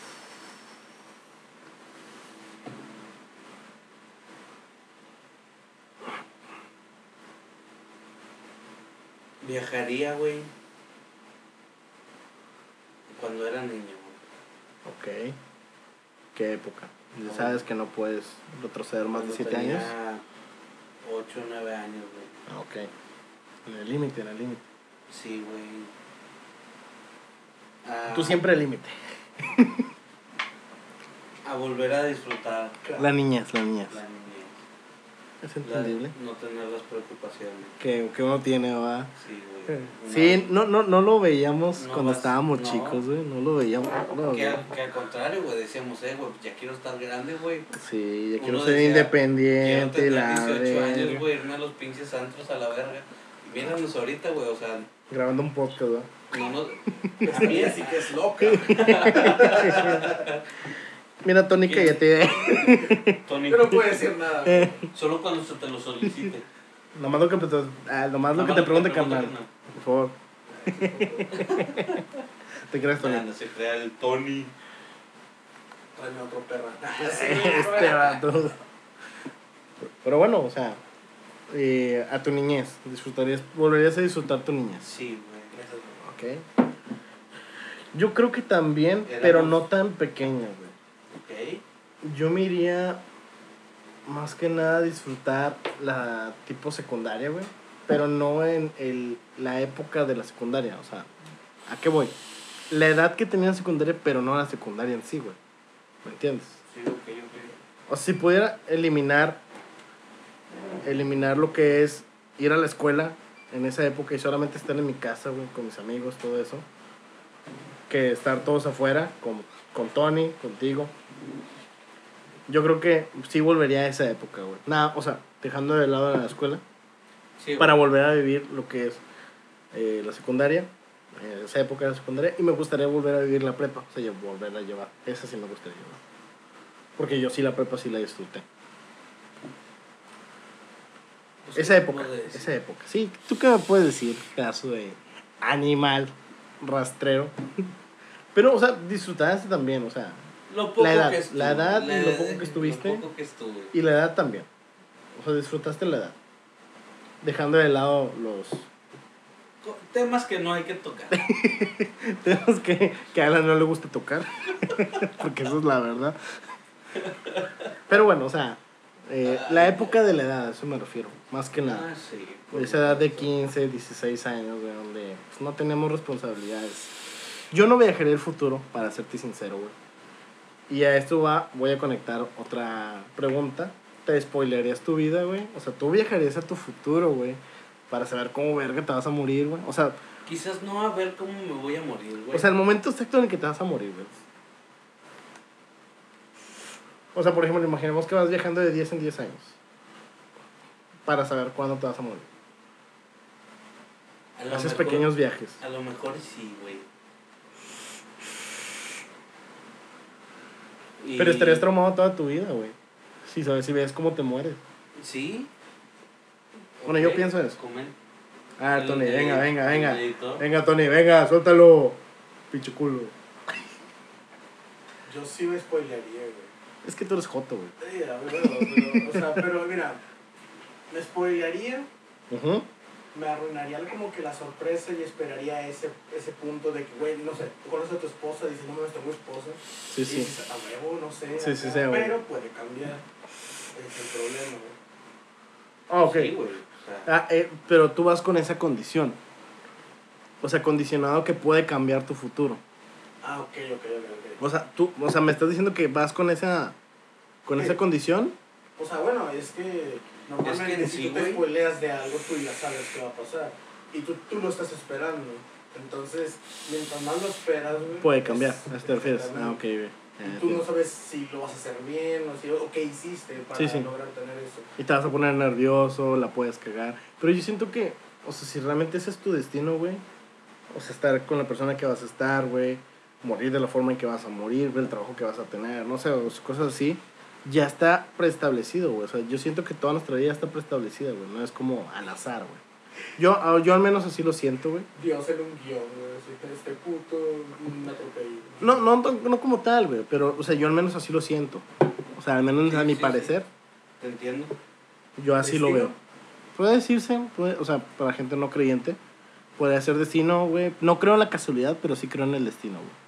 Viajaría, güey, cuando era niño, güey. Ok. ¿Qué época? Ya sabes que no puedes retroceder más de Cuando 7 años. tenía 8 o 9 años, güey. Ah, ok. En el límite. Sí, güey. Tú siempre el límite. A volver a disfrutar La niñez. la niñez. Es entendible. No tener las preocupaciones. Que uno tiene, ¿va? Sí, güey. Sí, no lo veíamos No cuando vas- estábamos no. chicos, güey. No lo veíamos. No, Que al contrario, güey, decíamos, güey, ya quiero estar grande, güey. sí, ya quiero Uno ser decía, quiero independiente, tener la 18 años, verga. güey, irme a los pinches antros a la verga. Y míranos ahorita, güey, o sea, Grabando un podcast, ¿va? no nos... Esta niña sí que es loca. Mira, Tony, ¿Quién? cállate. Tony, Yo no puedo decir nada. güey. solo cuando se te lo solicite. Nomás lo que, nomás lo que te pregunte, carnal. Por favor. ¿Te crees, Tony? No se crea el Tony. Tráeme otro perra. Este vato. Pero bueno, o sea, a tu niñez, volverías a disfrutar tu niñez. Sí, güey. Gracias, Ok. güey. Yo creo que también, pero no tan pequeña, güey. Ok. Yo me iría más que nada a disfrutar la tipo secundaria, güey. Pero no en la época de la secundaria, o sea, ¿a qué voy? La edad que tenía en secundaria, pero no la secundaria en sí, güey. ¿Me entiendes? Sí, ok. O sea, si pudiera eliminar lo que es ir a la escuela en esa época y solamente estar en mi casa, güey, con mis amigos, todo eso, que estar todos afuera, con Tony, contigo. Yo creo que sí volvería a esa época, güey. Nada, o sea, dejando de lado la escuela, Sí, para volver a vivir lo que es la secundaria, esa época de la secundaria, y me gustaría volver a vivir la prepa, o sea, volver a llevar. Esa sí me gustaría llevar. Porque yo sí la prepa sí la disfruté. Pues, Esa época, ¿cómo decir? esa época. Sí, ¿tú qué me puedes decir, caso de animal rastrero? Pero, o sea, disfrutaste también, o sea, Lo poco la edad, que estuve. la edad y lo poco que estuviste. Lo poco que estuve. y la edad también. O sea, disfrutaste la edad. Dejando de lado los Temas que no hay que tocar. temas que a Alan no le gusta tocar. Porque eso es la verdad. Pero bueno, o sea, la época de la edad, a eso me refiero, más que nada. Ah, sí. Esa edad de 15, 16 años, de donde pues, no tenemos responsabilidades. Yo no viajaré el futuro, para serte sincero, güey. Y a esto voy a conectar otra pregunta. ¿Te spoilearías tu vida, güey? O sea, ¿tú viajarías a tu futuro, güey? Para saber cómo verga te vas a morir, güey. O sea, Quizás no a ver cómo me voy a morir, güey. el momento exacto en el que te vas a morir, güey. O sea, por ejemplo, imaginemos que vas viajando de 10 en 10 años. Para saber cuándo te vas a morir. A lo Haces mejor- pequeños viajes. A lo mejor sí, güey. Y- Pero estarías traumado toda tu vida, güey. Si sabes, si ves cómo te mueres. Sí. Bueno, yo Ok, pienso eso. comen. Ah, El- Tony, venga, el- venga, venga. el editor. Venga, Tony, venga, suéltalo. Pinche culo. Yo sí me spoilearía, güey. Es que tú eres joto, güey. Sí, a ver, pero, o sea, pero mira, me spoilearía, Ujú. me arruinaría como que la sorpresa y esperaría ese punto de que, güey, no sé, tú conoces a tu esposa, dices, no me tengo esposa. Sí, y sí. dices, a huevo, no sé. Sí, sí, acá, sí, güey. pero puede cambiar. Es el problema, güey. Ah, ok. Sí, güey. O sea, Pero tú vas con esa condición. O sea, condicionado que puede cambiar tu futuro. Ah, ok. O sea, me estás diciendo que vas con esa Sí. condición. O sea, bueno, es que normalmente Es que si sí, tú te güey. spoileas de algo, tú ya sabes qué va a pasar. Y tú lo estás esperando. Entonces, mientras más lo esperas, güey, Puede cambiar. es- ¿A eso te refieres? Ah, exactamente. ok, güey. Y tú no sabes si lo vas a hacer bien o qué hiciste para Sí, sí. lograr tener eso. Y te vas a poner nervioso, la puedes cagar. Pero yo siento que, o sea, si realmente ese es tu destino, güey. O sea, estar con la persona que vas a estar, güey. Morir de la forma en que vas a morir, güey, el trabajo que vas a tener, no sé, o sea, cosas así. Ya está preestablecido, güey. O sea, yo siento que toda nuestra vida está preestablecida, güey. No es como al azar, güey. Yo al menos así lo siento, güey. Dios en un guión, güey. Así que este puto me atropelló. No como tal, güey. Pero, o sea, yo al menos así lo siento. O sea, al menos Sí, a mi sí, parecer, te entiendo. yo así lo ¿Destino? veo. Puede decirse, o sea, para gente no creyente, puede ser destino, güey. No creo en la casualidad, pero sí creo en el destino, güey.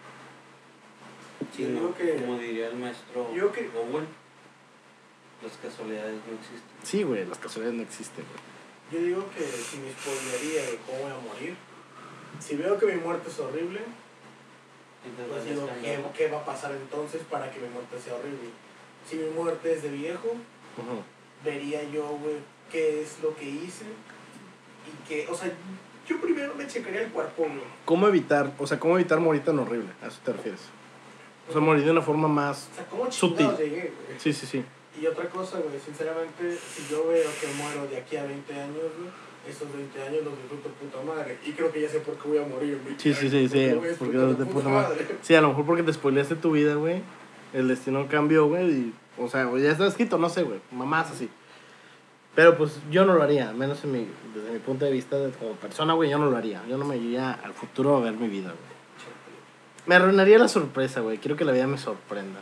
Sí, Yo ¿no? digo que- Como diría el maestro yo que- Owen, las casualidades no existen. Sí, güey, las casualidades no existen, güey. Yo digo que si me spoilearía de cómo voy a morir, si veo que mi muerte es horrible, pues digo, ¿qué va a pasar entonces para que mi muerte sea horrible? Si mi muerte es de viejo, Ujú. vería yo, güey, qué es lo que hice y que, o sea, yo primero me checaría el cuerpo, güey. ¿Cómo evitar morir tan horrible? ¿A eso te refieres? O sea, morir de una forma más O sea, ¿cómo sutil. chingados llegué, güey? Sí, sí, sí. Y otra cosa, güey, sinceramente, si yo veo que muero de aquí a 20 años, güey, esos 20 años los disfruto puta madre. Y creo que ya sé por qué voy a morir, güey. Sí, sí, sí, sí. Porque de puta madre. Sí, a lo mejor porque te spoileaste tu vida, güey. El destino cambió, güey. Y, o sea, ya está escrito, no sé, güey. Mamás así. Pero pues yo no lo haría, al menos desde mi punto de vista como persona, güey, yo no lo haría. Yo no me iría al futuro a ver mi vida, güey. Me arruinaría la sorpresa, güey. Quiero que la vida me sorprenda.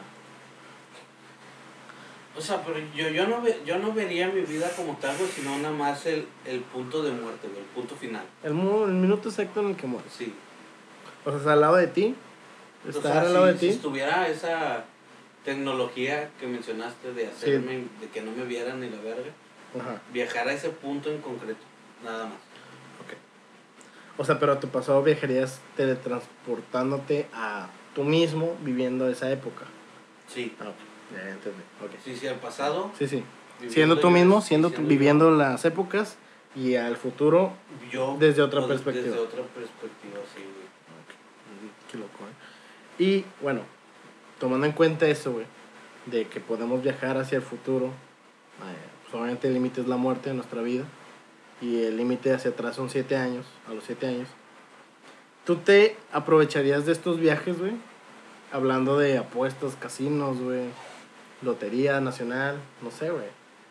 O sea, pero yo no vería mi vida como tal, güey, sino nada más el punto de muerte, güey, el punto final. El minuto exacto en el que mueres. Sí. O sea, al lado de ti. O Estar sea, al lado de si ti. estuviera esa tecnología que mencionaste de hacerme, de que no me vieran ni la verga, Ajá. viajar a ese punto en concreto, nada más. Ok. O sea, pero a tu pasado viajarías teletransportándote a tú mismo viviendo esa época. Sí. Ah, ok. Ya entendí. Okay. Sí, sí, al pasado. Sí, sí. viviendo Siendo tú yo- mismo, viviendo yo- las épocas y al futuro yo, desde otra pues, perspectiva. Desde otra perspectiva, sí, güey. Qué loco, ¿eh? Y bueno, tomando en cuenta eso, güey, de que podemos viajar hacia el futuro, pues obviamente el límite es la muerte de nuestra vida y el límite hacia atrás son 7 años, a los 7 años. ¿Tú te aprovecharías de estos viajes, güey? Hablando de apuestas, casinos, güey, lotería nacional, no sé, güey.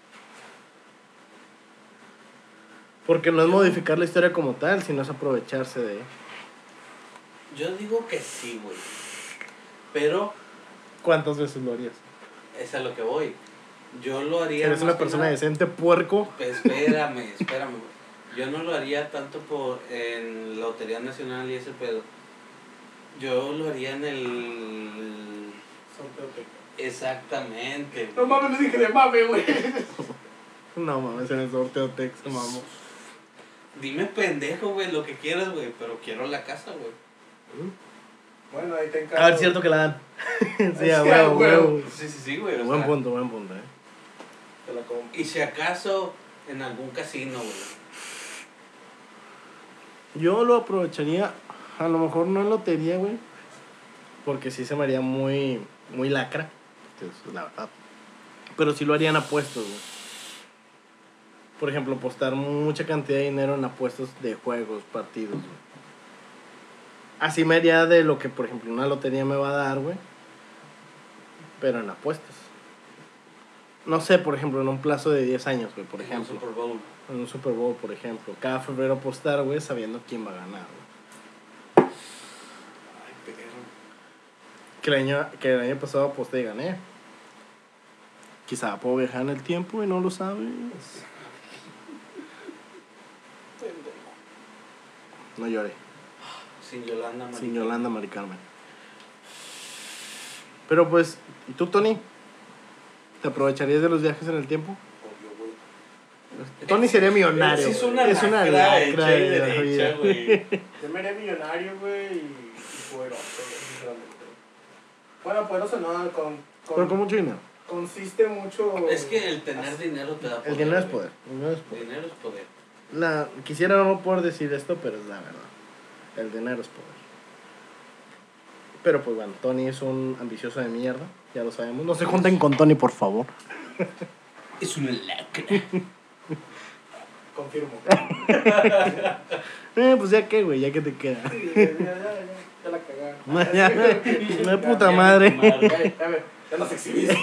Porque no es modificar la historia como tal, sino es aprovecharse de... Yo digo que sí, güey. Pero ¿Cuántas veces lo harías? es a lo que voy. Yo lo haría. Eres más una que persona nada- decente, puerco. Espérame, güey. Yo no lo haría tanto en la Lotería Nacional y ese pedo. Yo lo haría en el... Exactamente. No mames, lo dije de mame, güey. No mames, en el sorteo Tex, mamo. Dime pendejo, güey, lo que quieras, güey, pero quiero la casa, güey. Bueno, ahí te encargo. A ver, cierto que la dan. Sí, a Sí, huevo, a huevo. huevo. Sí, sí, sí, güey. o Buen sea, punto, eh. Te la compro. Y si acaso en algún casino, güey. Yo lo aprovecharía, a lo mejor no en lotería, güey. Porque sí se me haría muy lacra. Es la verdad. Pero sí lo haría en apuestas, güey. Por ejemplo, apostar mucha cantidad de dinero en apuestas de juegos, partidos, güey. Así me haría de lo que, por ejemplo, una lotería me va a dar, güey. Pero en apuestas. No sé, por ejemplo, en un plazo de 10 años, güey, por En ejemplo. un Super Bowl. En un Super Bowl, por ejemplo. Cada febrero apostar, güey, sabiendo quién va a ganar, güey. Ay, perro. Que el año pasado aposté y gané. Quizá puedo viajar en el tiempo y no lo sabes. No lloré. Sin Yolanda, Sin marica. Yolanda Mari Carmen. Pero pues, ¿y tú, Tony? ¿Te aprovecharías de los viajes en el tiempo? Obvio, güey. Tony sería millonario. Sí, es güey. una lacra lacra hecha y de la derecha, vida. güey. Yo me haré millonario, güey, y poderoso, güey, sinceramente. Bueno, poderoso no, Pero con mucho dinero. consiste mucho... Es que el tener dinero te da poder. El dinero es güey. poder. El dinero es poder. Dinero es poder. Quisiera no poder decir esto, pero es la verdad. El dinero es poder. Pero pues bueno, Tony es un ambicioso de mierda, ya lo sabemos. No se junten con Tony, por favor. Es una lacra. Confirmo. Pues ya que, güey, ya que te queda. Ya la cagaron. Una puta madre. Ya nos exhibiste.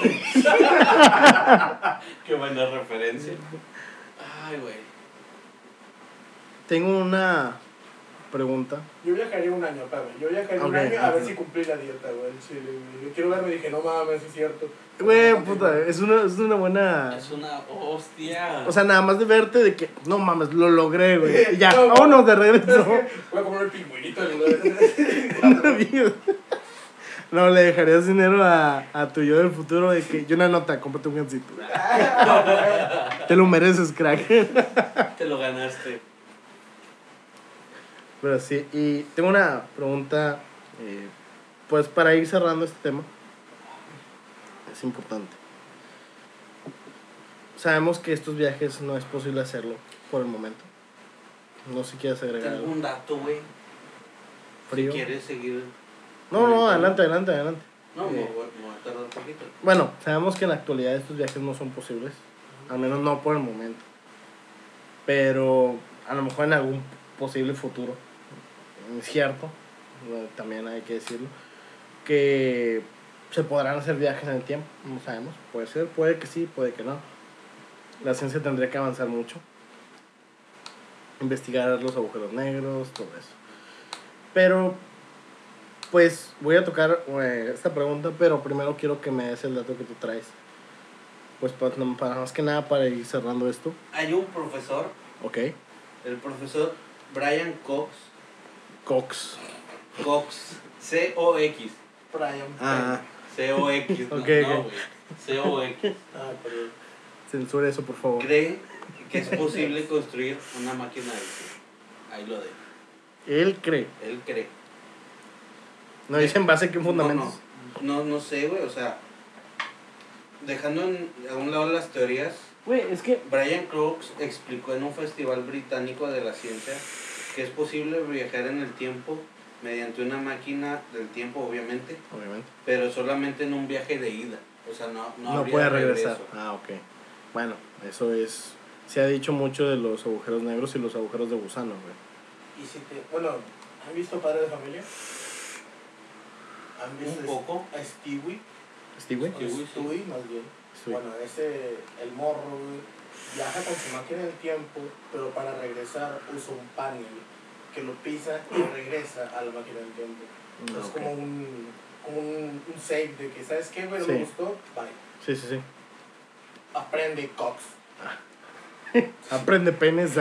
Qué buena referencia. Ay, güey. Tengo una pregunta. Yo viajaría un año, espérame. Yo viajaría un Ok, año a ver ok. si cumplí la dieta, güey. Sí, yo quiero verme y dije, no mames, es cierto. Güey, puta, es una buena... Es una hostia. O sea, nada más de verte de que, no mames, lo logré, güey. Y ya, No, vámonos de regreso. Voy a comer el pingüinito. güey. No, le dejarías dinero a tu yo del futuro de que yo una nota, cómprate un gancito. Te lo mereces, crack. Te lo ganaste. Pero sí, y tengo una pregunta, pues para ir cerrando este tema. Es importante. sabemos que estos viajes no es posible hacerlo por el momento. No sé si quieres agregar Tengo algo. un dato, güey. Frío. Si quieres seguir. No, adelante. No, me voy Eh, a tardar un poquito. Bueno, sabemos que en la actualidad estos viajes no son posibles. Al menos no por el momento. Pero a lo mejor en algún posible futuro. Es cierto. También hay que decirlo. Que se podrán hacer viajes en el tiempo. No sabemos. Puede ser, puede que sí, puede que no. La ciencia tendría que avanzar mucho. Investigar los agujeros negros, todo eso. Pero, pues, voy a tocar esta pregunta, pero primero quiero que me des el dato que tú traes. Pues para más que nada, para ir cerrando esto. Hay un profesor, Ok. el profesor Brian Cox. Cox. Cox. C-O-X. Brian Ah, C-O-X. Ok, No, ok. güey. C-O-X. Ah, perdón. censura eso, por favor. Cree que es posible construir una máquina del tiempo. Ahí lo dejo. Él cree. Él cree. No dice en base a qué fundamentos. No sé, güey. O sea, dejando a un lado las teorías, Güey, es que... Brian Cox explicó en un festival británico de la ciencia que es posible viajar en el tiempo mediante una máquina del tiempo, obviamente, pero solamente en un viaje de ida. O sea, no habría puede regresar. regreso. Ah, ok. Bueno, eso es... Se ha dicho mucho de los agujeros negros y los agujeros de gusano, güey. Y si te... Bueno, ¿han visto Padre de Familia? ¿Han visto Un poco. a Stewie? ¿Stewie? Stewie, más bien. Stewie. Bueno, el morro, güey, viaja con su máquina del tiempo, pero para regresar usa un panel que lo pisa y regresa a la máquina del tiempo. Es Ok. como un save de que, ¿sabes qué, güey? No Sí. me gustó, bye. Sí. Aprende, Cox. Aprende penes.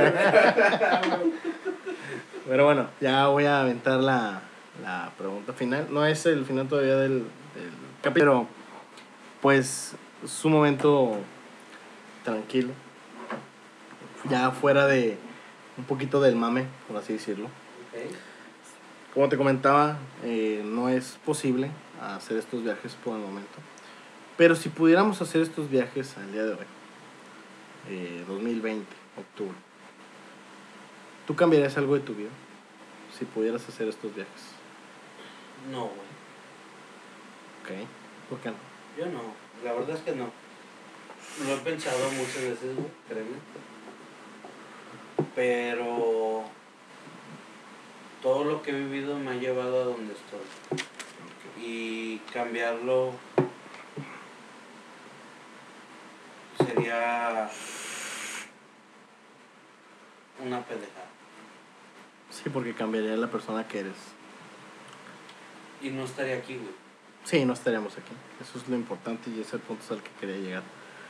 Pero bueno, ya voy a aventar la pregunta final. No es el final todavía del capítulo, pero pues es un momento tranquilo. Ya fuera de un poquito del mame, por así decirlo. Ok. Como te comentaba, no es posible hacer estos viajes por el momento. Pero si pudiéramos hacer estos viajes al día de hoy, 2020, octubre, ¿tú cambiarías algo de tu vida si pudieras hacer estos viajes? No, güey. Ok, ¿por qué no? Yo no. La verdad es que no. Lo he pensado muchas veces, güey, créeme. Pero todo lo que he vivido me ha llevado a donde estoy. Y cambiarlo sería una pendejada. Sí, porque cambiaría la persona que eres. Y no estaría aquí, güey. Sí, no estaríamos aquí. Eso es lo importante y ese es el punto al que quería llegar.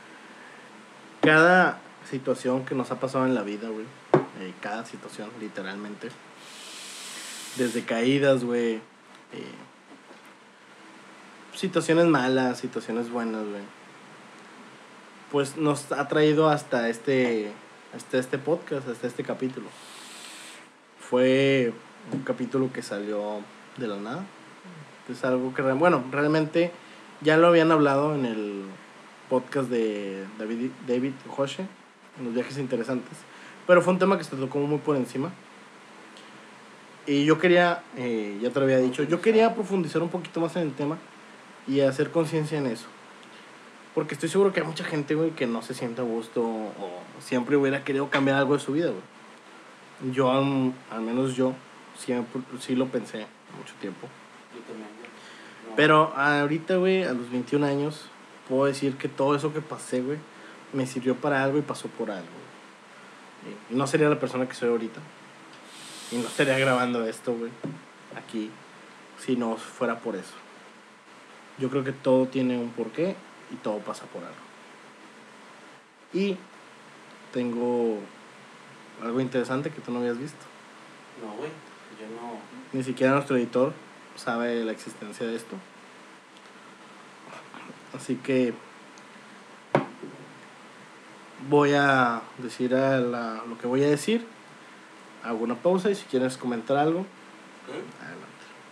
Cada situación que nos ha pasado en la vida, güey. Cada situación, literalmente. Desde caídas, güey. Situaciones malas, situaciones buenas, güey. Pues nos ha traído hasta este podcast, hasta este capítulo. Fue un capítulo que salió de la nada. Es algo que, bueno, realmente ya lo habían hablado en el podcast de David Joshe, en los viajes interesantes. Pero fue un tema que se tocó muy por encima. Y yo quería, ya te lo había dicho, yo quería profundizar un poquito más en el tema y hacer conciencia en eso. Porque estoy seguro que hay mucha gente, güey, que no se siente a gusto o siempre hubiera querido cambiar algo de su vida, güey. Yo, al menos yo, siempre, sí lo pensé mucho tiempo. Yo también, güey. No. Pero ahorita, güey, a los 21 años, puedo decir que todo eso que pasé, güey, me sirvió para algo y pasó por algo. Y no sería la persona que soy ahorita. Y no estaría grabando esto, güey, aquí, si no fuera por eso. Yo creo que todo tiene un porqué y todo pasa por algo. Y tengo algo interesante que tú no habías visto. No, güey. Yo no. Ni siquiera nuestro editor sabe la existencia de esto. Así que voy a decir lo que voy a decir. Hago una pausa y si quieres comentar algo, adelante.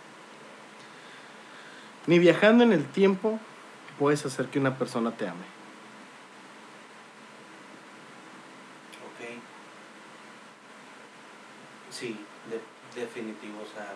Ni viajando en el tiempo puedes hacer que una persona te ame. Sí, definitivo, o sea,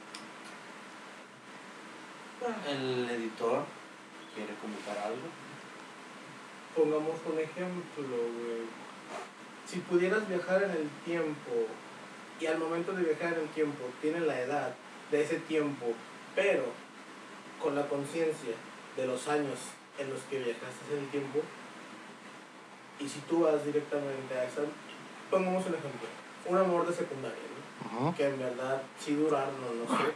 el editor quiere comentar algo. Pongamos un ejemplo, güey. Si pudieras viajar en el tiempo y al momento de viajar en el tiempo tienes la edad de ese tiempo, pero con la conciencia de los años en los que viajaste en el tiempo, y si tú vas directamente a esa, pongamos un ejemplo, un amor de secundaria, ¿no? Que en verdad sí duraron, no sé,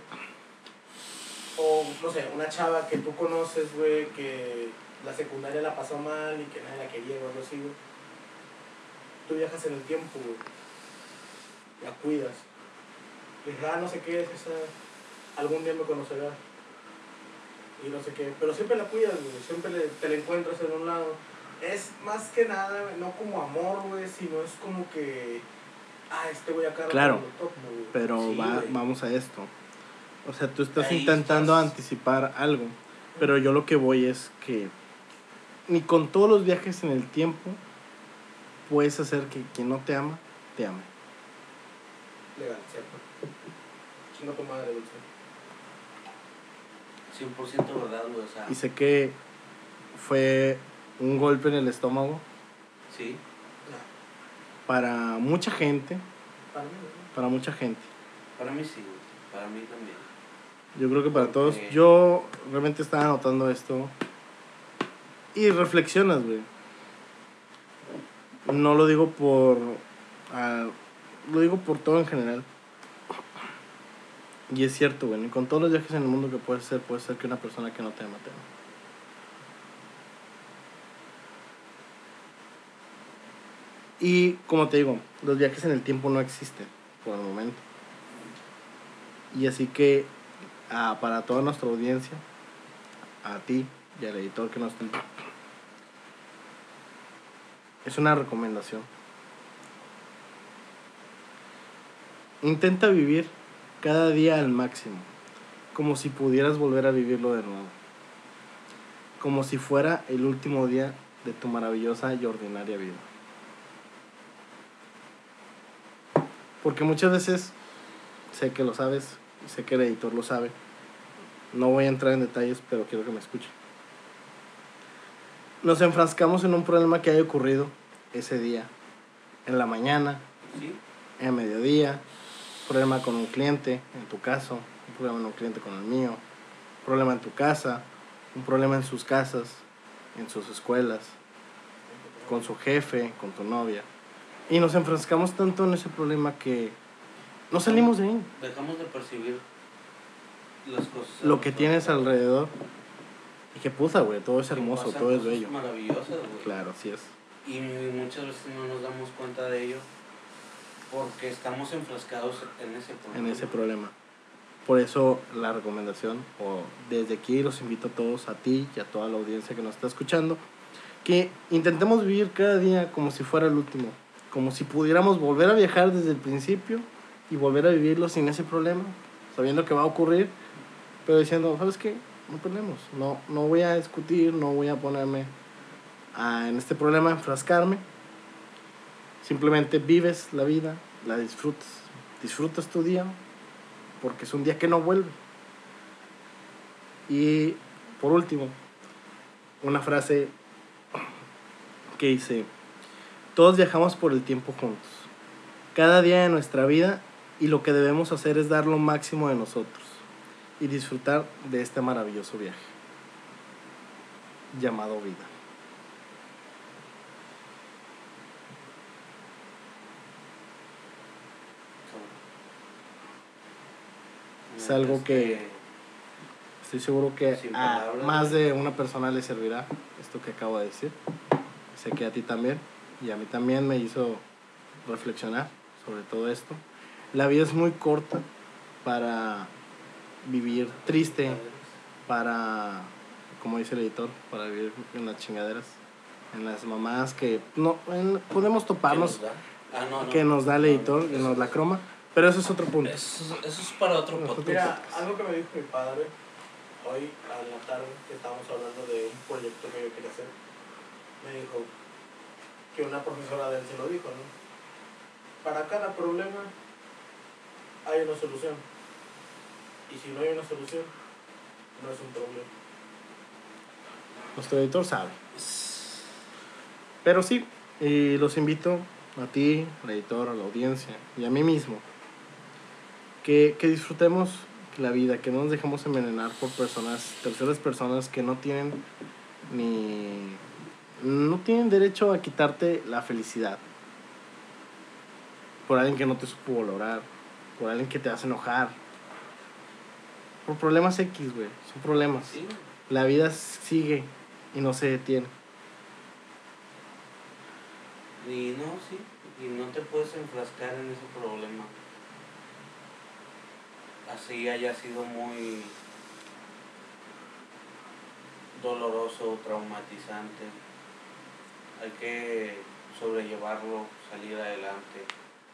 o no sé, una chava que tú conoces, güey, que la secundaria la pasó mal y que nadie la quería o algo así, güey. Tú viajas en el tiempo, güey, la cuidas, le dices, no sé qué es esa, algún día me conocerá y no sé qué, pero siempre la cuidas, güey, siempre te la encuentras en un lado. Es más que nada, no como amor, güey, sino es como que, voy a Claro, lo toco, güey. pero Sí, vamos a esto. O sea, tú estás Ahí intentando estás. anticipar algo, pero yo lo que voy es que ni con todos los viajes en el tiempo puedes hacer que quien no te ama, te ame. Legal, cierto. Chinga tu madre, dulce. 100% verdad, güey, o sea, Y sé que fue un golpe en el estómago sí, No, para mucha gente, para mí no. para mucha gente. para mí sí, güey, para mí también. Yo creo que para Porque- todos. Yo realmente estaba notando esto y reflexionas, güey. No lo digo lo digo por todo en general. Y es cierto, güey. Y con todos los viajes en el mundo que puede ser que una persona que no te ama, te ama. Y como te digo, los viajes en el tiempo no existen por el momento. Y así que para toda nuestra audiencia, a ti y al editor que nos es una recomendación. Intenta vivir cada día al máximo, como si pudieras volver a vivirlo de nuevo. Como si fuera el último día de tu maravillosa y ordinaria vida. Porque muchas veces, sé que lo sabes, sé que el editor lo sabe, no voy a entrar en detalles, pero quiero que me escuchen. Nos enfrascamos en un problema que haya ocurrido ese día, en la mañana, Sí, en mediodía, problema con un cliente, en tu caso, un problema en un cliente con el mío, un problema en tu casa, un problema en sus casas, en sus escuelas, con su jefe, con tu novia. Y nos enfrascamos tanto en ese problema que no salimos de ahí. dejamos de percibir las cosas. Lo que tienes alrededor. Y que puta, güey, todo es hermoso, Pasan todo es cosas bello. maravillosas, güey. Claro, así es. Y muchas veces no nos damos cuenta de ello porque estamos enfrascados en ese problema. En ese problema. Por eso la recomendación, o desde aquí los invito a todos, a ti y a toda la audiencia que nos está escuchando, que intentemos vivir cada día como si fuera el último, como si pudiéramos volver a viajar desde el principio y volver a vivirlo sin ese problema, sabiendo que va a ocurrir, pero diciendo, ¿sabes qué? No peleemos, no voy a discutir, no voy a ponerme en este problema, enfrascarme, simplemente vives la vida, la disfrutas tu día, porque es un día que no vuelve. Y por último, una frase que dice, todos viajamos por el tiempo juntos, cada día de nuestra vida, y lo que debemos hacer es dar lo máximo de nosotros y disfrutar de este maravilloso viaje llamado vida. Es algo que estoy seguro que Sin a palabras, más güey. de una persona le servirá esto que acabo de decir. Sé que a ti también y a mí también me hizo reflexionar sobre todo esto. La vida es muy corta para vivir triste, para, como dice el editor, para vivir en las chingaderas, en las mamadas que no podemos toparnos, que nos da el editor, que nos la croma, pero eso es otro punto. Eso es para otro podcast. Mira, algo que me dijo mi padre hoy a la tarde, que estábamos hablando de un proyecto que yo quería hacer, me dijo que una profesora de él se lo dijo, ¿no? Para cada problema hay una solución. Y si no hay una solución, no es un problema. Nuestro editor sabe. Pero sí, y los invito a ti, al editor, a la audiencia y a mí mismo que disfrutemos la vida, que no nos dejemos envenenar por terceras personas que no tienen derecho a quitarte la felicidad. Por alguien que no te supo valorar, por alguien que te hace enojar, por problemas X, güey, son problemas. Sí. La vida sigue y no se detiene. Y no, sí, y no te puedes enfrascar en ese problema. Así haya sido muy doloroso, traumatizante. Hay que sobrellevarlo, salir adelante.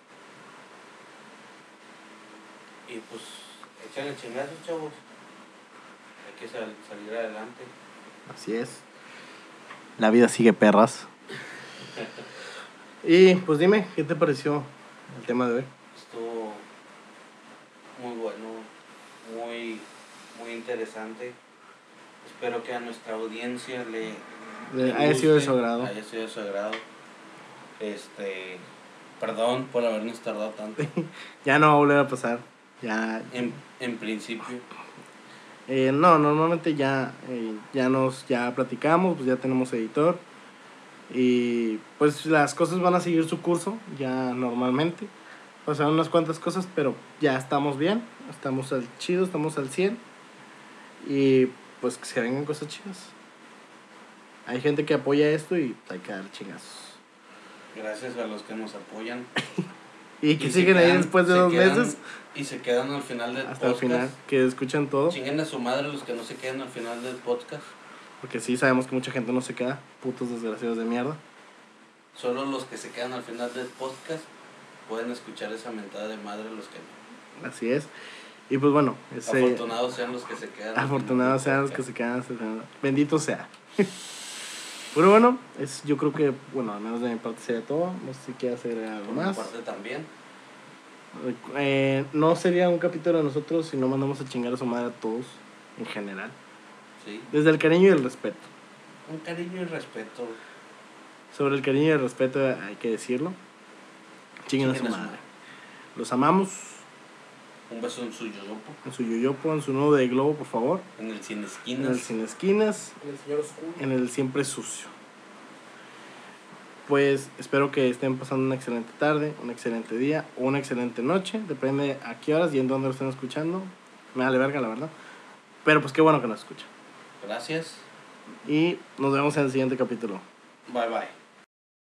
Y pues, échale chingazos, chavos. Hay que salir adelante. Así es. La vida sigue, perras. Y pues dime, ¿qué te pareció el tema de hoy? Estuvo muy bueno, muy interesante. Espero que a nuestra audiencia le haya sido de guste, su agrado. haya sido de su agrado. Perdón por habernos tardado tanto. Ya no va a volver a pasar. Ya. En principio. No, normalmente ya platicamos, pues ya tenemos editor. Y pues las cosas van a seguir su curso, ya normalmente. Pasaron unas cuantas cosas, pero ya estamos bien, estamos al chido, estamos al 100. Y pues que se vengan cosas chidas. Hay gente que apoya esto y hay que dar chingazos. Gracias a los que nos apoyan. Y que siguen ahí después de 2 meses. Y se quedan al final del hasta podcast. el final, que escuchan todo. Chinguen a su madre los que no se quedan al final del podcast. Porque sí, sabemos que mucha gente no se queda. Putos desgraciados de mierda. Solo los que se quedan al final del podcast pueden escuchar esa mentada de madre, los que no. Así es. Y pues bueno. Afortunados sean los que se quedan. Afortunados sean los que se quedan. Bendito sea. Pero bueno, yo creo que, bueno, al menos de mi parte sería todo. No sé si quieres agregar algo más. Por mi parte también. No sería un capítulo de nosotros si no mandamos a chingar a su madre a todos, en general. Sí. Desde el cariño y el respeto. Un cariño y respeto. Sobre el cariño y el respeto hay que decirlo. Chinguen a su madre. Los amamos. Un beso en su yoyopo. En su yoyopo, en su nudo de globo, por favor. En el sin esquinas. En el sin esquinas. En el señor oscuro. En el siempre sucio. Pues espero que estén pasando una excelente tarde, un excelente día o una excelente noche. Depende a qué horas y en dónde lo estén escuchando. Me vale verga, la verdad. Pero pues qué bueno que nos escuchan. Gracias. Y nos vemos en el siguiente capítulo. Bye bye.